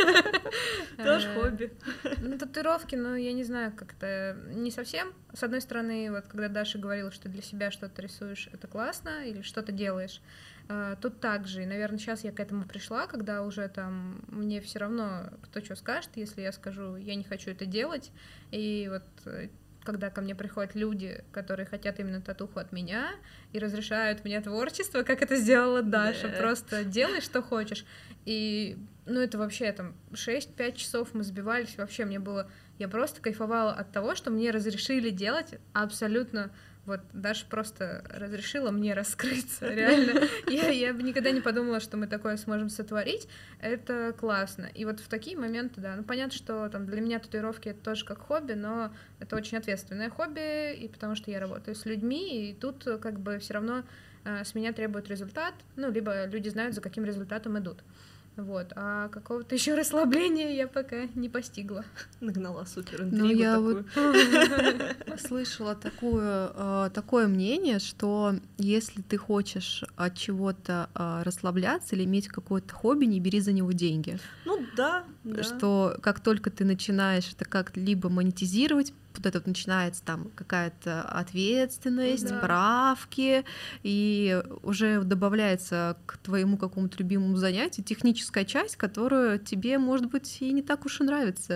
Тоже хобби. Ну, татуировки, но я не знаю, как-то не совсем. С одной стороны, вот когда Даша говорила, что для себя что-то рисуешь, это классно, или что-то делаешь, тут так же. И, наверное, сейчас я к этому пришла, когда уже там мне все равно, кто что скажет, если я скажу: я не хочу это делать. И вот когда ко мне приходят люди, которые хотят именно татуху от меня и разрешают мне творчество, как это сделала Даша, просто делай, что хочешь. И, ну, это вообще там 6-5 часов мы сбивались, вообще мне было... Я просто кайфовала от того, что мне разрешили делать абсолютно... Вот Даша просто разрешила мне раскрыться, реально. Я бы никогда не подумала, что мы такое сможем сотворить. Это классно. И вот в такие моменты, да, ну понятно, что там для меня татуировки это тоже как хобби, но это очень ответственное хобби, и потому что я работаю с людьми, и тут как бы все равно с меня требует результат, ну, либо люди знают, за каким результатом идут. Вот, а какого-то еще расслабления я пока не постигла. Нагнала супер Ну, интригу я такую. вот слышала такое мнение, что если ты хочешь от чего-то расслабляться или иметь какое-то хобби, не бери за него деньги. Ну да. Что как только ты начинаешь это как-либо монетизировать, вот это вот начинается там какая-то ответственность, правки, и уже добавляется к твоему какому-то любимому занятию техническая часть, которая тебе, может быть, и не так уж и нравится.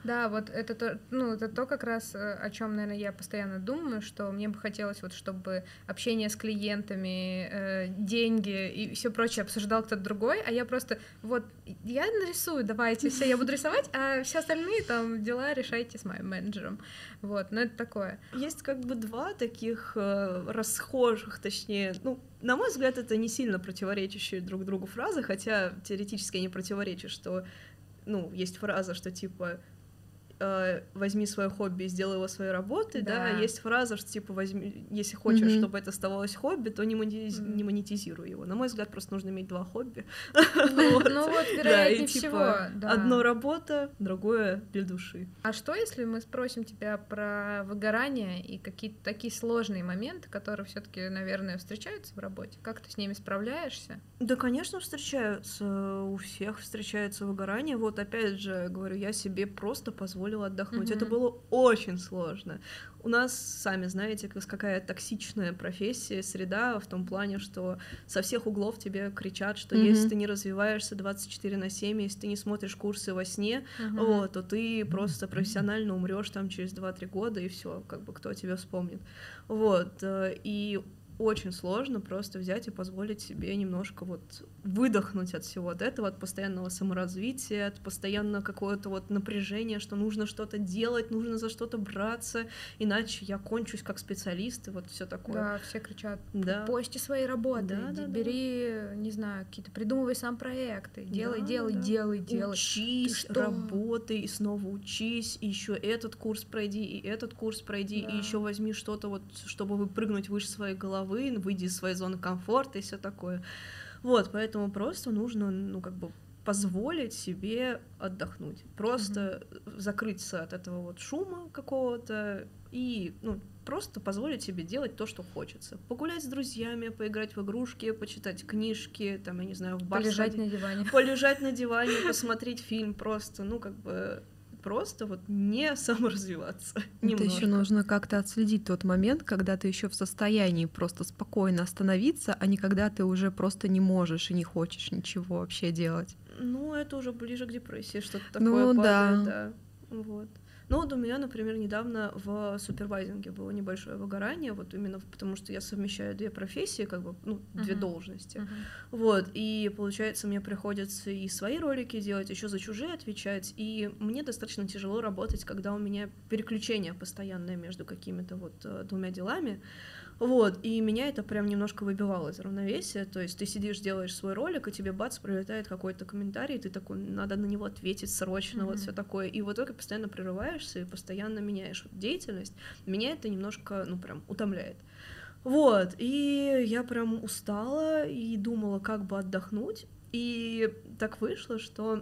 Да, вот это то, ну, это то как раз, о чем, наверное, я постоянно думаю, что мне бы хотелось, вот, чтобы общение с клиентами, деньги и все прочее обсуждал кто-то другой, а я просто, вот, я нарисую, давайте, все, я буду рисовать, а все остальные там дела решайте с моим менеджером. Вот, ну это такое. Есть как бы два таких расхожих, точнее, ну, на мой взгляд, это не сильно противоречащие друг другу фразы, хотя теоретически они противоречат, что, ну, есть фраза, что типа возьми свое хобби и сделай его своей работой, да, а есть фраза, что типа возьми, если хочешь, чтобы это оставалось хобби, то не монетизируй его. На мой взгляд, просто нужно иметь два хобби. Ну вот, вероятнее всего, да. Одно работа, другое для души. А что, если мы спросим тебя про выгорание и какие-то такие сложные моменты, которые все-таки, наверное, встречаются в работе? Как ты с ними справляешься? Да, конечно, встречаются. У всех встречается выгорание. Вот опять же, говорю, я себе просто позволила отдохнуть. Это было очень сложно. У нас, сами знаете, какая токсичная профессия, среда в том плане, что со всех углов тебе кричат, что если ты не развиваешься 24/7, если ты не смотришь курсы во сне, вот, то ты просто профессионально умрешь там через 2-3 года, и все, как бы кто тебя вспомнит. Вот, и очень сложно просто взять и позволить себе немножко вот выдохнуть от всего от этого, от постоянного саморазвития, от постоянного какого-то вот напряжения, что нужно что-то делать, нужно за что-то браться, иначе я кончусь как специалист, и вот все такое. Да, все кричат, пости свои работы, бери, не знаю, какие-то, придумывай сам проекты, делай. Учись, работай, и снова учись, и еще этот курс пройди, и этот курс пройди, и еще возьми что-то вот, чтобы выпрыгнуть выше своей головы, выйди из своей зоны комфорта и все такое. Вот, поэтому просто нужно, ну, как бы позволить себе отдохнуть, просто закрыться от этого вот шума какого-то и, ну, просто позволить себе делать то, что хочется. Погулять с друзьями, поиграть в игрушки, почитать книжки, там, я не знаю, в бар полежать на диване. Полежать на диване, посмотреть фильм просто, ну, как бы просто вот не саморазвиваться. Это еще нужно как-то отследить тот момент, когда ты еще в состоянии просто спокойно остановиться, а не когда ты уже просто не можешь и не хочешь ничего вообще делать. Ну, это уже ближе к депрессии, что-то такое падает, да. Вот. Ну, вот у меня, например, недавно в супервайзинге было небольшое выгорание, вот именно потому, что я совмещаю две профессии, как бы, ну, две должности. Вот, и, получается, мне приходится и свои ролики делать, еще за чужие отвечать, и мне достаточно тяжело работать, когда у меня переключение постоянное между какими-то вот двумя делами. Вот, и меня это прям немножко выбивало из равновесия, то есть ты сидишь, делаешь свой ролик, и тебе бац, прилетает какой-то комментарий, и ты такой, надо на него ответить срочно, вот все такое, и в итоге постоянно прерываешься и постоянно меняешь деятельность, меня это немножко, ну, прям утомляет. Вот, и я прям устала и думала, как бы отдохнуть, и так вышло, что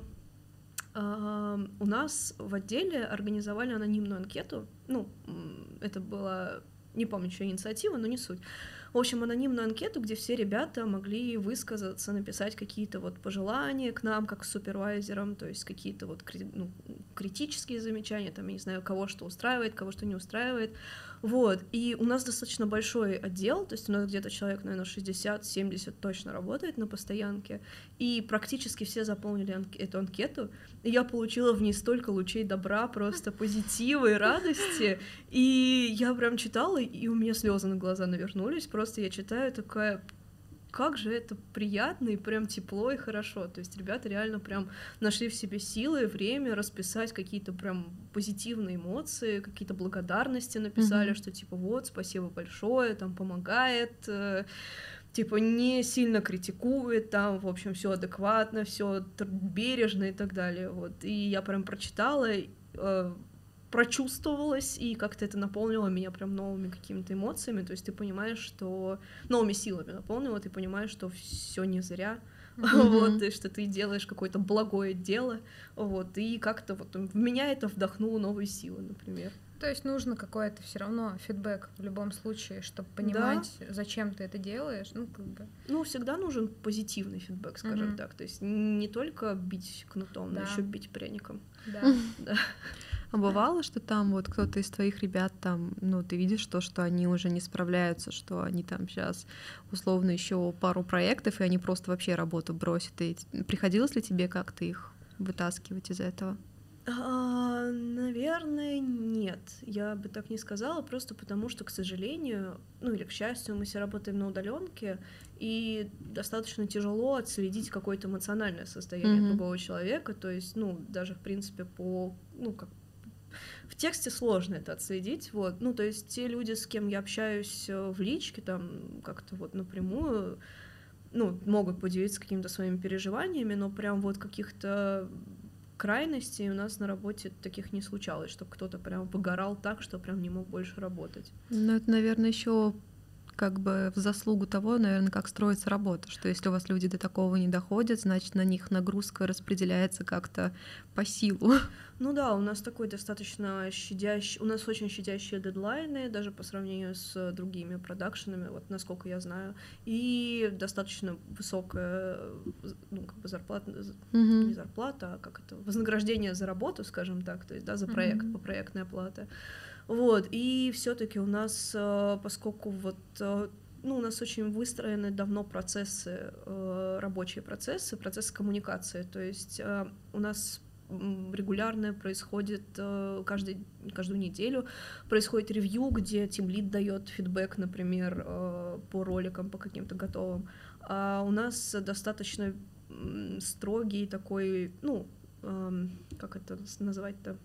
у нас в отделе организовали анонимную анкету, ну, это было... Не помню, чья инициатива, но не суть. В общем, анонимную анкету, где все ребята могли высказаться, написать какие-то вот пожелания к нам, как к супервайзерам, то есть какие-то вот критические замечания, там, я не знаю, кого что устраивает, кого что не устраивает. Вот, и у нас достаточно большой отдел, то есть у нас где-то человек, наверное, 60-70 точно работает на постоянке, и практически все заполнили эту анкету, и я получила в ней столько лучей добра, просто позитива и радости, и я прям читала, и у меня слезы на глаза навернулись, просто я читаю такая... Как же это приятно и прям тепло и хорошо. То есть ребята реально прям нашли в себе силы, время расписать какие-то прям позитивные эмоции, какие-то благодарности написали, что типа вот, спасибо большое, там помогает, типа не сильно критикует, там, в общем, все адекватно, все бережно и так далее. Вот. И я прям прочитала, прочувствовалась, и как-то это наполнило меня прям новыми какими-то эмоциями, то есть ты понимаешь, что... Новыми силами наполнило, ты понимаешь, что все не зря, вот, и что ты делаешь какое-то благое дело, вот, и как-то вот в меня это вдохнуло новые силы, например. То есть нужно какой-то все равно фидбэк в любом случае, чтобы понимать, зачем ты это делаешь, ну, как бы... Ну, всегда нужен позитивный фидбэк, скажем так, то есть не только бить кнутом, но еще бить пряником. Да. А бывало, что там вот кто-то из твоих ребят там, ну, ты видишь то, что они уже не справляются, что они там сейчас условно еще пару проектов, и они просто вообще работу бросят. И приходилось ли тебе как-то их вытаскивать из этого? Наверное, нет. Я бы так не сказала, просто потому что, к сожалению, ну или к счастью, мы все работаем на удаленке, и достаточно тяжело отследить какое-то эмоциональное состояние другого человека. То есть, ну, даже, в принципе, в тексте сложно это отследить, вот. Ну, то есть те люди, с кем я общаюсь в личке, там, как-то вот напрямую, ну, могут поделиться какими-то своими переживаниями, но прям вот каких-то крайностей у нас на работе таких не случалось, чтобы кто-то прям выгорал так, что прям не мог больше работать. Ну, это, наверное, еще как бы в заслугу того, наверное, как строится работа, что если у вас люди до такого не доходят, значит, на них нагрузка распределяется как-то по силу. Ну да, у нас такой достаточно щадящий, у нас очень щадящие дедлайны, даже по сравнению с другими продакшенами, вот насколько я знаю, и достаточно высокая, ну, как бы зарплата, не зарплата, а как это, вознаграждение за работу, скажем так, то есть, да, за проект, по проектной оплате. Вот, и все-таки у нас, поскольку вот, ну, у нас очень выстроены давно процессы, рабочие процессы коммуникации, то есть у нас регулярно происходит каждую неделю происходит ревью, где тимлид дает фидбэк, например, по роликам, по каким-то готовым. А у нас достаточно строгий такой, ну, как это назвать-то?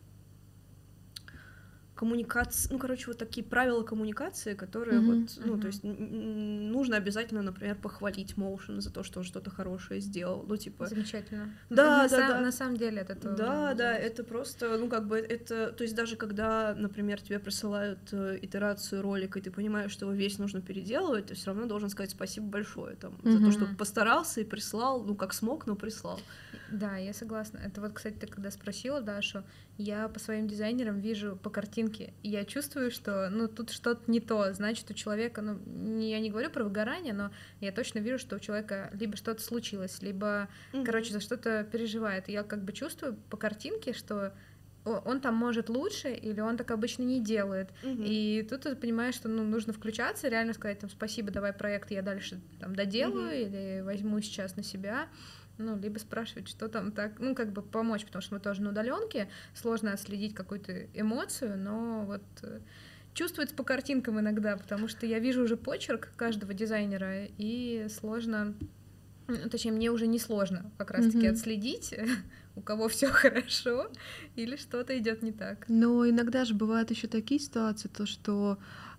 Коммуникация, ну, короче, вот такие правила коммуникации, которые вот, ну, то есть нужно обязательно, например, похвалить Motion за то, что он что-то хорошее сделал, ну, типа... Замечательно. Да, На самом деле это тоже... Да, это просто, ну, как бы, это... То есть даже когда, например, тебе присылают итерацию ролика, и ты понимаешь, что его весь нужно переделывать, ты все равно должен сказать спасибо большое, там, за то, что постарался и прислал, ну, как смог, но прислал. Да, я согласна. Это вот, кстати, ты когда спросила Дашу, я по своим дизайнерам вижу по картинке, и я чувствую, что, ну, тут что-то не то, значит, у человека, ну, я не говорю про выгорание, но я точно вижу, что у человека либо что-то случилось, либо, короче, за что-то переживает. И я как бы чувствую по картинке, что он там может лучше, или он так обычно не делает. И тут ты понимаешь, что, ну, нужно включаться, реально сказать, там, спасибо, давай проект я дальше там доделаю, или возьму сейчас на себя. Ну, либо спрашивать, что там так, ну, как бы помочь, потому что мы тоже на удаленке, сложно отследить какую-то эмоцию, но вот чувствуется по картинкам иногда, потому что я вижу уже почерк каждого дизайнера, и сложно, точнее, мне уже не сложно как раз-таки отследить, у кого все хорошо или что-то идет не так. Но иногда же бывают еще такие ситуации, то что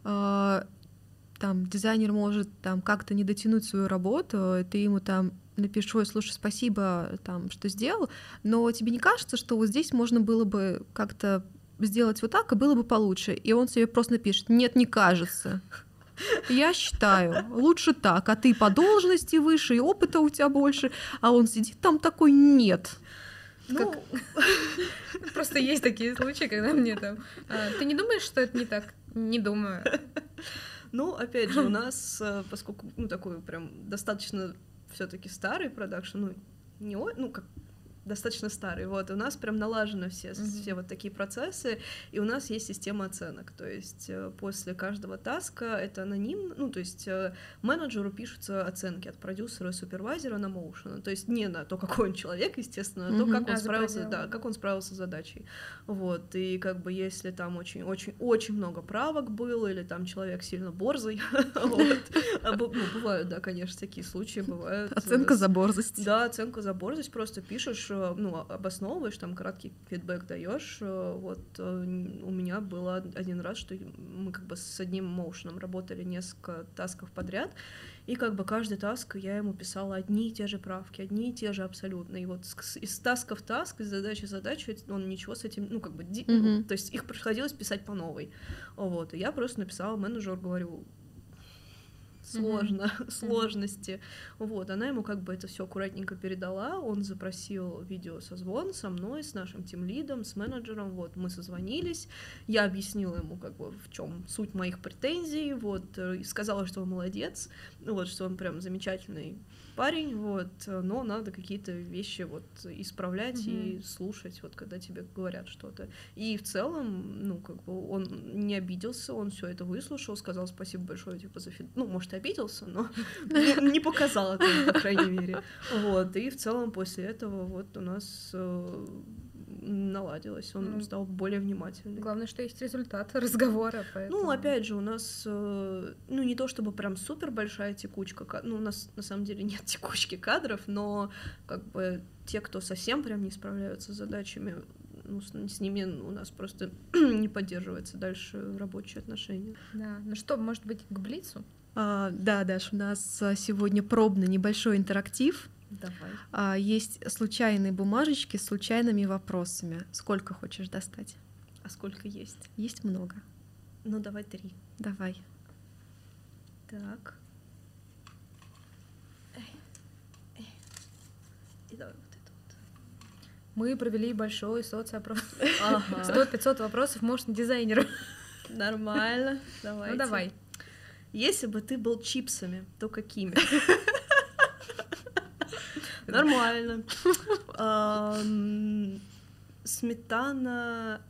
там дизайнер может там как-то не дотянуть свою работу, ты ему там напишу: ой, слушай, спасибо, там, что сделал, но тебе не кажется, что вот здесь можно было бы как-то сделать вот так, и было бы получше? И он себе просто напишет: нет, не кажется. Я считаю, лучше так, а ты по должности выше, и опыта у тебя больше, а он сидит там такой: нет. Ну, просто есть такие случаи, когда мне там... Ты не думаешь, что это не так? Не думаю. Ну, опять же, у нас, поскольку, ну, такой прям достаточно все-таки старый продакшн, ну, не, ну, как достаточно старый, вот, у нас прям налажены все вот такие процессы, и у нас есть система оценок, то есть после каждого таска это анонимно, ну, то есть менеджеру пишутся оценки от продюсера и супервайзера на Motion, то есть не на то, какой он человек, естественно, а то, как он справился, да, как он справился с задачей, вот, и как бы если там очень-очень-очень много правок было, или там человек сильно борзый, вот, бывают, да, конечно, такие случаи бывают. Оценка за борзость. Да, оценка за борзость, просто пишешь, ну, обосновываешь, там краткий фидбэк даешь. Вот у меня было один раз, что мы как бы с одним моушеном работали несколько тасков подряд, и как бы каждый таск я ему писала одни и те же правки, одни и те же абсолютно. И вот из таска в таск, из задачи в задачу, он ничего с этим, ну, как бы, то есть их приходилось писать по новой. Вот, и я просто написала менеджеру, говорю: сложности. Вот, она ему как бы это все аккуратненько передала, он запросил видеосозвон со мной, с нашим тимлидом, с менеджером, вот, мы созвонились, я объяснила ему, как бы, в чем суть моих претензий, вот, и сказала, что он молодец, вот, что он прям замечательный парень, вот, но надо какие-то вещи вот исправлять и слушать, вот, когда тебе говорят что-то. И в целом, ну, как бы он не обиделся, он все это выслушал, сказал спасибо большое, типа, за фидбэк. Ну, может, обиделся, но не показал это, по крайней мере. Вот, и в целом после этого вот у нас наладилось, он стал более внимательным. Главное, что есть результат разговора, поэтому... Ну, опять же, у нас, не то чтобы прям супер большая текучка, у нас на самом деле нет текучки кадров, но как бы те, кто совсем прям не справляются с задачами, с ними у нас просто не поддерживается дальше рабочие отношения. Да, ну что, может быть, к Блицу? Да, Даш, у нас сегодня пробный небольшой интерактив. Давай. Есть случайные бумажечки с случайными вопросами. Сколько хочешь достать? А сколько есть? Есть много. Ну, давай 3. Давай. Так. И давай вот это вот. Мы провели большой соцопрос. 100-500 вопросов моушн-дизайнеру. Нормально. Давайте. Ну, давай. Если бы ты был чипсами, то какими? Нормально. Сметана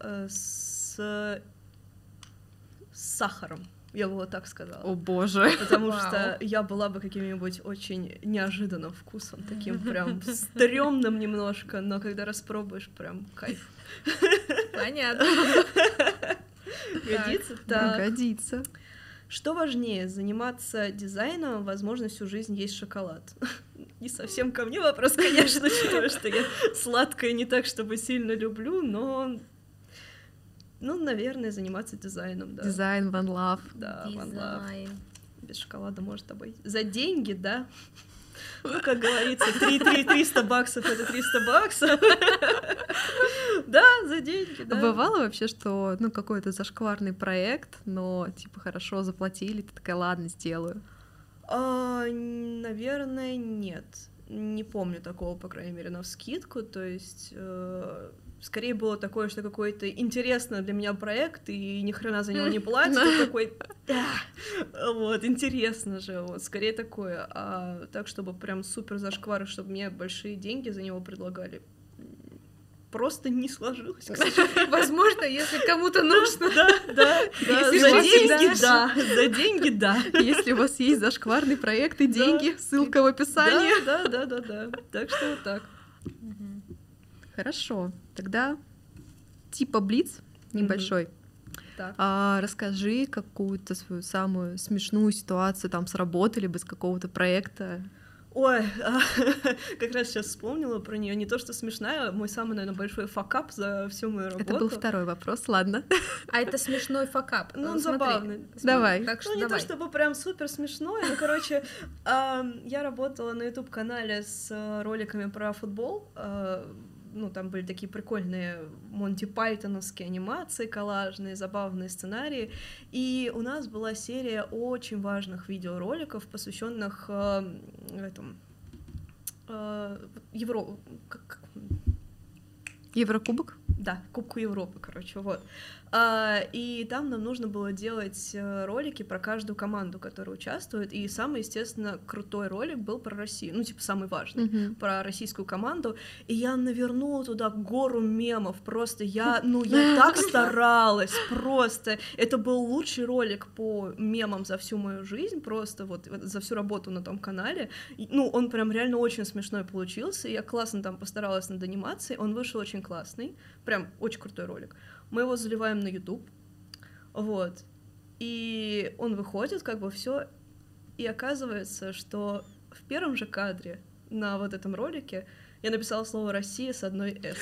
с сахаром, я бы вот так сказала. О боже. Потому что я была бы каким-нибудь очень неожиданным вкусом, таким прям стрёмным немножко, но когда распробуешь, прям кайф. Понятно. Годится? Так. Годится. Что важнее, заниматься дизайном, возможно, всю жизнь есть шоколад? Не совсем ко мне вопрос, конечно, учитывая, что я сладкое не так, чтобы сильно люблю, но, наверное, заниматься дизайном, да. Дизайн, one love. Да, one love. Без шоколада может обойтись. За деньги, да. Ну, как говорится, 300 баксов — это 300 баксов. Да, за деньги, да. Бывало вообще, что, какой-то зашкварный проект, но, хорошо заплатили, ты такая, ладно, сделаю? Наверное, нет. Не помню такого, по крайней мере, навскидку, то есть... Скорее было такое, что какой-то интересный для меня проект, и ни хрена за него не платят, и такой, вот, интересно же, вот, скорее такое, а так, чтобы прям супер зашквары, чтобы мне большие деньги за него предлагали, просто не сложилось, к сожалению. Возможно, если кому-то нужно. Да, за деньги, да. Если у вас есть зашкварный проект и деньги, ссылка в описании. Да, так что вот так. Хорошо, тогда типа блиц небольшой. Расскажи какую-то свою самую смешную ситуацию там с работы либо с какого-то проекта. Ой, как раз сейчас вспомнила про нее. Не то, что смешная, мой самый, наверное, большой факап за всю мою работу. Это был второй вопрос, ладно. А это смешной факап. Он забавный. Давай. Не то, чтобы прям супер смешной, но, короче, я работала на YouTube-канале с роликами про футбол. Там были такие прикольные Монти Пайтоновские анимации, коллажные, забавные сценарии. И у нас была серия очень важных видеороликов, посвященных Еврокубок? Да, Кубку Европы, короче, вот. И там нам нужно было делать ролики про каждую команду, которая участвует, и самый, естественно, крутой ролик был про Россию, самый важный, про российскую команду, и я навернула туда гору мемов, просто я так старалась, просто, это был лучший ролик по мемам за всю мою жизнь, просто вот за всю работу на том канале, он прям реально очень смешной получился, я классно там постаралась над анимацией, он вышел очень классный, прям очень крутой ролик. Мы его заливаем на YouTube, вот, и он выходит, все, и оказывается, что в первом же кадре на вот этом ролике я написала слово «Россия» с одной «с».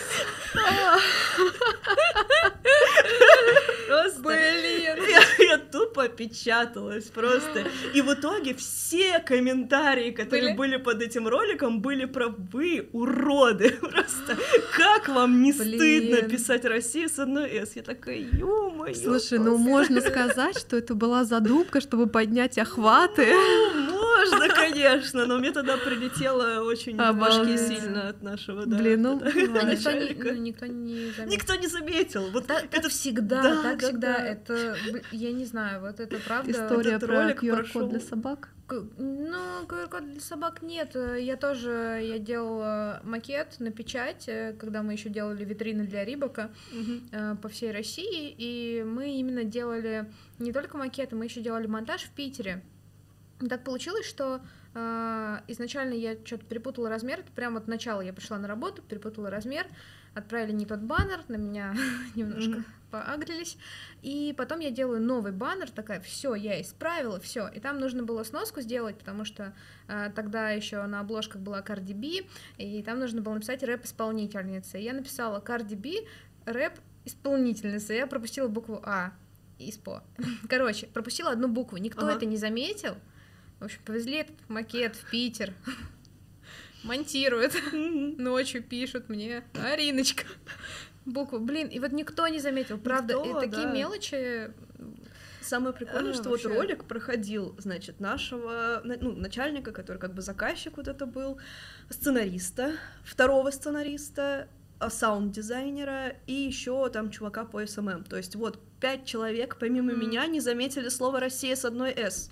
Просто... Блин! Я тупо печаталась просто. И в итоге все комментарии, которые были под этим роликом, были про «вы, уроды». Просто как вам не стыдно писать «Россия» с одной «с»? Я такая, ё-моё. Слушай, можно сказать, что это была задумка, чтобы поднять охваты. Можно, конечно, но мне тогда прилетело очень в башке сильно от нашего, да. Блин, никто не заметил. Никто не заметил. Вот это всегда, так всегда. Это, я не знаю, вот это правда. История про QR-код для собак? QR-код для собак нет. Я делала макет на печать, когда мы еще делали витрины для Рибока по всей России, и мы именно делали не только макеты, мы еще делали монтаж в Питере. Так получилось, что изначально я что-то перепутала размер, это прямо от начала я пришла на работу, перепутала размер, отправили не тот баннер, на меня немножко поагрились, и потом я делаю новый баннер, такая, все, я исправила, все, и там нужно было сноску сделать, потому что тогда еще на обложках была Cardi B, и там нужно было написать рэп-исполнительница, и я написала Cardi B, рэп-исполнительница, я пропустила букву А, ИСПО, короче, пропустила одну букву, никто это не заметил. В общем, повезли этот макет в Питер, монтируют, ночью пишут мне, Ариночка, букву, блин, и вот никто не заметил, правда, и такие мелочи. Самое прикольное, что вообще... вот ролик проходил, значит, нашего, ну, начальника, который как бы заказчик вот это был, сценариста, второго сценариста, саунд-дизайнера и еще там чувака по СММ, то есть вот 5 человек помимо меня не заметили слово «Россия» с одной «С».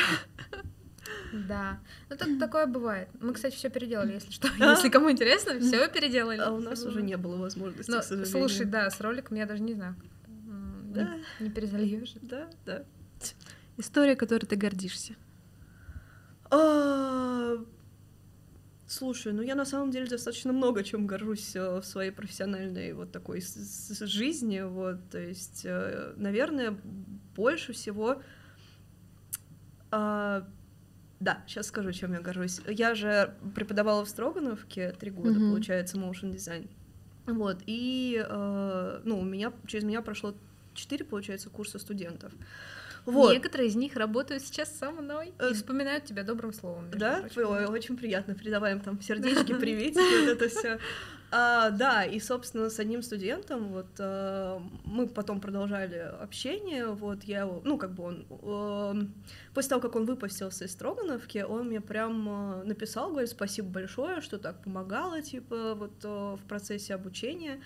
Да, ну так такое бывает. Мы, кстати, все переделали, если что. Если кому интересно, все переделали. А у нас уже не было возможности, к сожалению. Слушай, да, с роликом я даже не знаю. Не перезальешь. Да. История, которой ты гордишься. Слушай, ну я на самом деле достаточно много чем горжусь в своей профессиональной вот такой жизни, вот, то есть, наверное, больше всего... Да, сейчас скажу, чем я горжусь. Я же преподавала в Строгановке 3 года, получается, motion дизайн. Вот, и, ну, через меня прошло 4, получается, курса студентов. Вот. Некоторые из них работают сейчас со мной и вспоминают тебя добрым словом. Да? Ой, очень приятно. Передаваем там сердечки, приветики, вот это все. Да, и, собственно, с одним студентом вот мы потом продолжали общение, вот я его, ну, как бы он, после того, как он выпустился из Строгановки, он мне прям написал, говорит, спасибо большое, что так помогала, типа, вот в процессе обучения,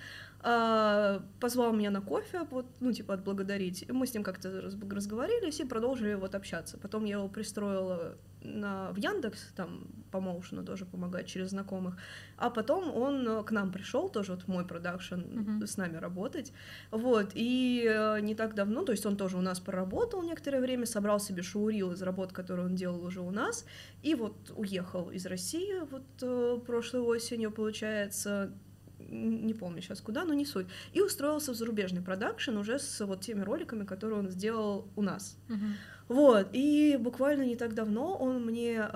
позвал меня на кофе, вот, ну, типа, отблагодарить, мы с ним как-то разговорились и продолжили вот общаться, потом я его пристроила в Яндекс, там по моушену тоже помогать через знакомых, а потом он к нам пришел тоже вот в мой продакшн с нами работать, вот, и не так давно, то есть он тоже у нас проработал некоторое время, собрал себе шоурил из работ, которые он делал уже у нас, и вот уехал из России вот прошлой осенью, получается, не помню сейчас куда, но не суть, и устроился в зарубежный продакшн уже с вот теми роликами, которые он сделал у нас. Вот, и буквально не так давно он мне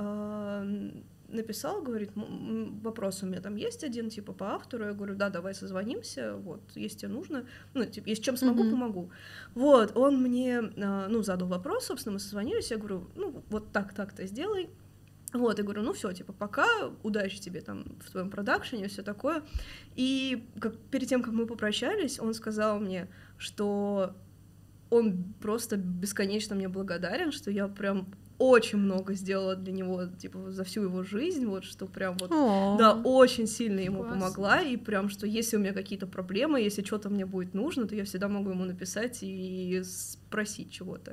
написал, говорит, вопрос у меня там есть один, типа, по автору, я говорю, да, давай созвонимся, вот, если тебе нужно, ну, типа, если чем смогу, помогу. Вот, он мне, ну, задал вопрос, собственно, мы созвонились, я говорю, ну, вот так-то сделай. Вот, я говорю, ну все, типа, пока, удачи тебе там в твоем продакшене, все такое. И перед тем, как мы попрощались, он сказал мне, что он просто бесконечно мне благодарен, что я прям очень много сделала для него, типа, за всю его жизнь, вот, что прям вот, да, очень сильно ему помогла, и прям, что если у меня какие-то проблемы, если что-то мне будет нужно, то я всегда могу ему написать и спросить чего-то.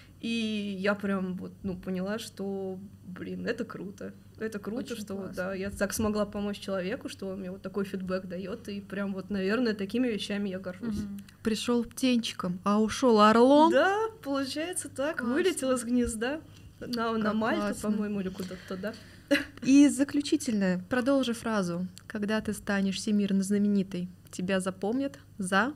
И я прям вот, ну, поняла, что, блин, это круто. Это круто, очень что вот, да, я так смогла помочь человеку, что он мне вот такой фидбэк дает, и прям вот, наверное, такими вещами я горжусь. Пришел птенчиком, а ушел орлом. Да, получается так, классно. Вылетел из гнезда на Мальту, классно. По-моему, или куда-то туда. И заключительное, продолжи фразу. Когда ты станешь всемирно знаменитой, тебя запомнят за...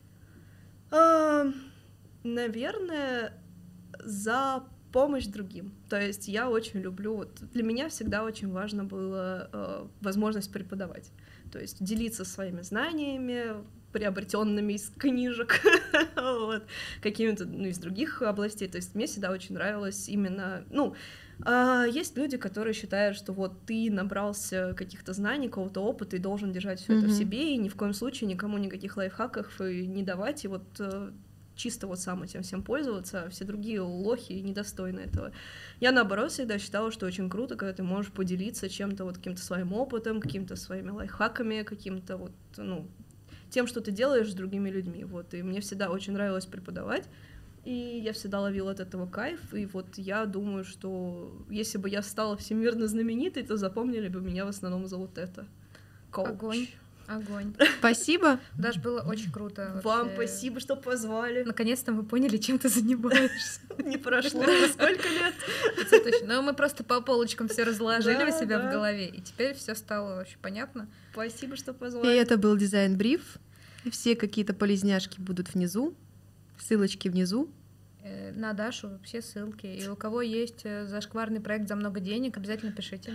Наверное, за помощь другим. То есть я очень люблю... Вот для меня всегда очень важно было возможность преподавать. То есть делиться своими знаниями, приобретенными из книжек, вот, какими-то, ну, из других областей. То есть мне всегда очень нравилось именно... Ну, есть люди, которые считают, что вот ты набрался каких-то знаний, какого-то опыта и должен держать все это в себе, и ни в коем случае никому никаких лайфхаков и не давать, и вот чисто вот сам этим всем пользоваться, а все другие лохи недостойны этого. Я, наоборот, всегда считала, что очень круто, когда ты можешь поделиться чем-то, вот каким-то своим опытом, какими-то своими лайфхаками, каким-то вот, ну, тем, что ты делаешь с другими людьми, вот, и мне всегда очень нравилось преподавать, и я всегда ловила от этого кайф, и вот я думаю, что если бы я стала всемирно знаменитой, то запомнили бы меня в основном за вот это. Огонь. Огонь. Спасибо. Даш, было очень круто. Вам вообще. спасибо, что позвали. Наконец-то мы поняли, чем ты занимаешься. Не прошло сколько лет. Это точно. Но мы просто по полочкам все разложили у себя Да. в голове, и теперь все стало очень понятно. Спасибо, что И позвали. это был дизайн-бриф. И все какие-то полезняшки будут внизу. Ссылочки внизу. На Дашу все ссылки. И у кого есть зашкварный проект за много денег, обязательно пишите.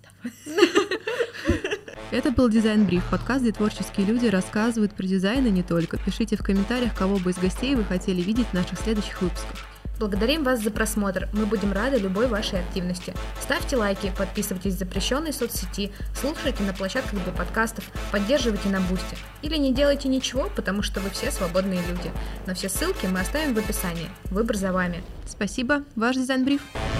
Это был дизайн-бриф, подкаст, где творческие люди рассказывают про дизайн и не только. Пишите в комментариях, кого бы из гостей вы хотели видеть в наших следующих выпусках. Благодарим вас за просмотр. Мы будем рады любой вашей активности. Ставьте лайки, подписывайтесь в запрещенной соцсети, слушайте на площадках для подкастов, поддерживайте на Бусти. Или не делайте ничего, потому что вы все свободные люди. Но все ссылки мы оставим в описании. Выбор за вами. Спасибо. Ваш дизайн-бриф.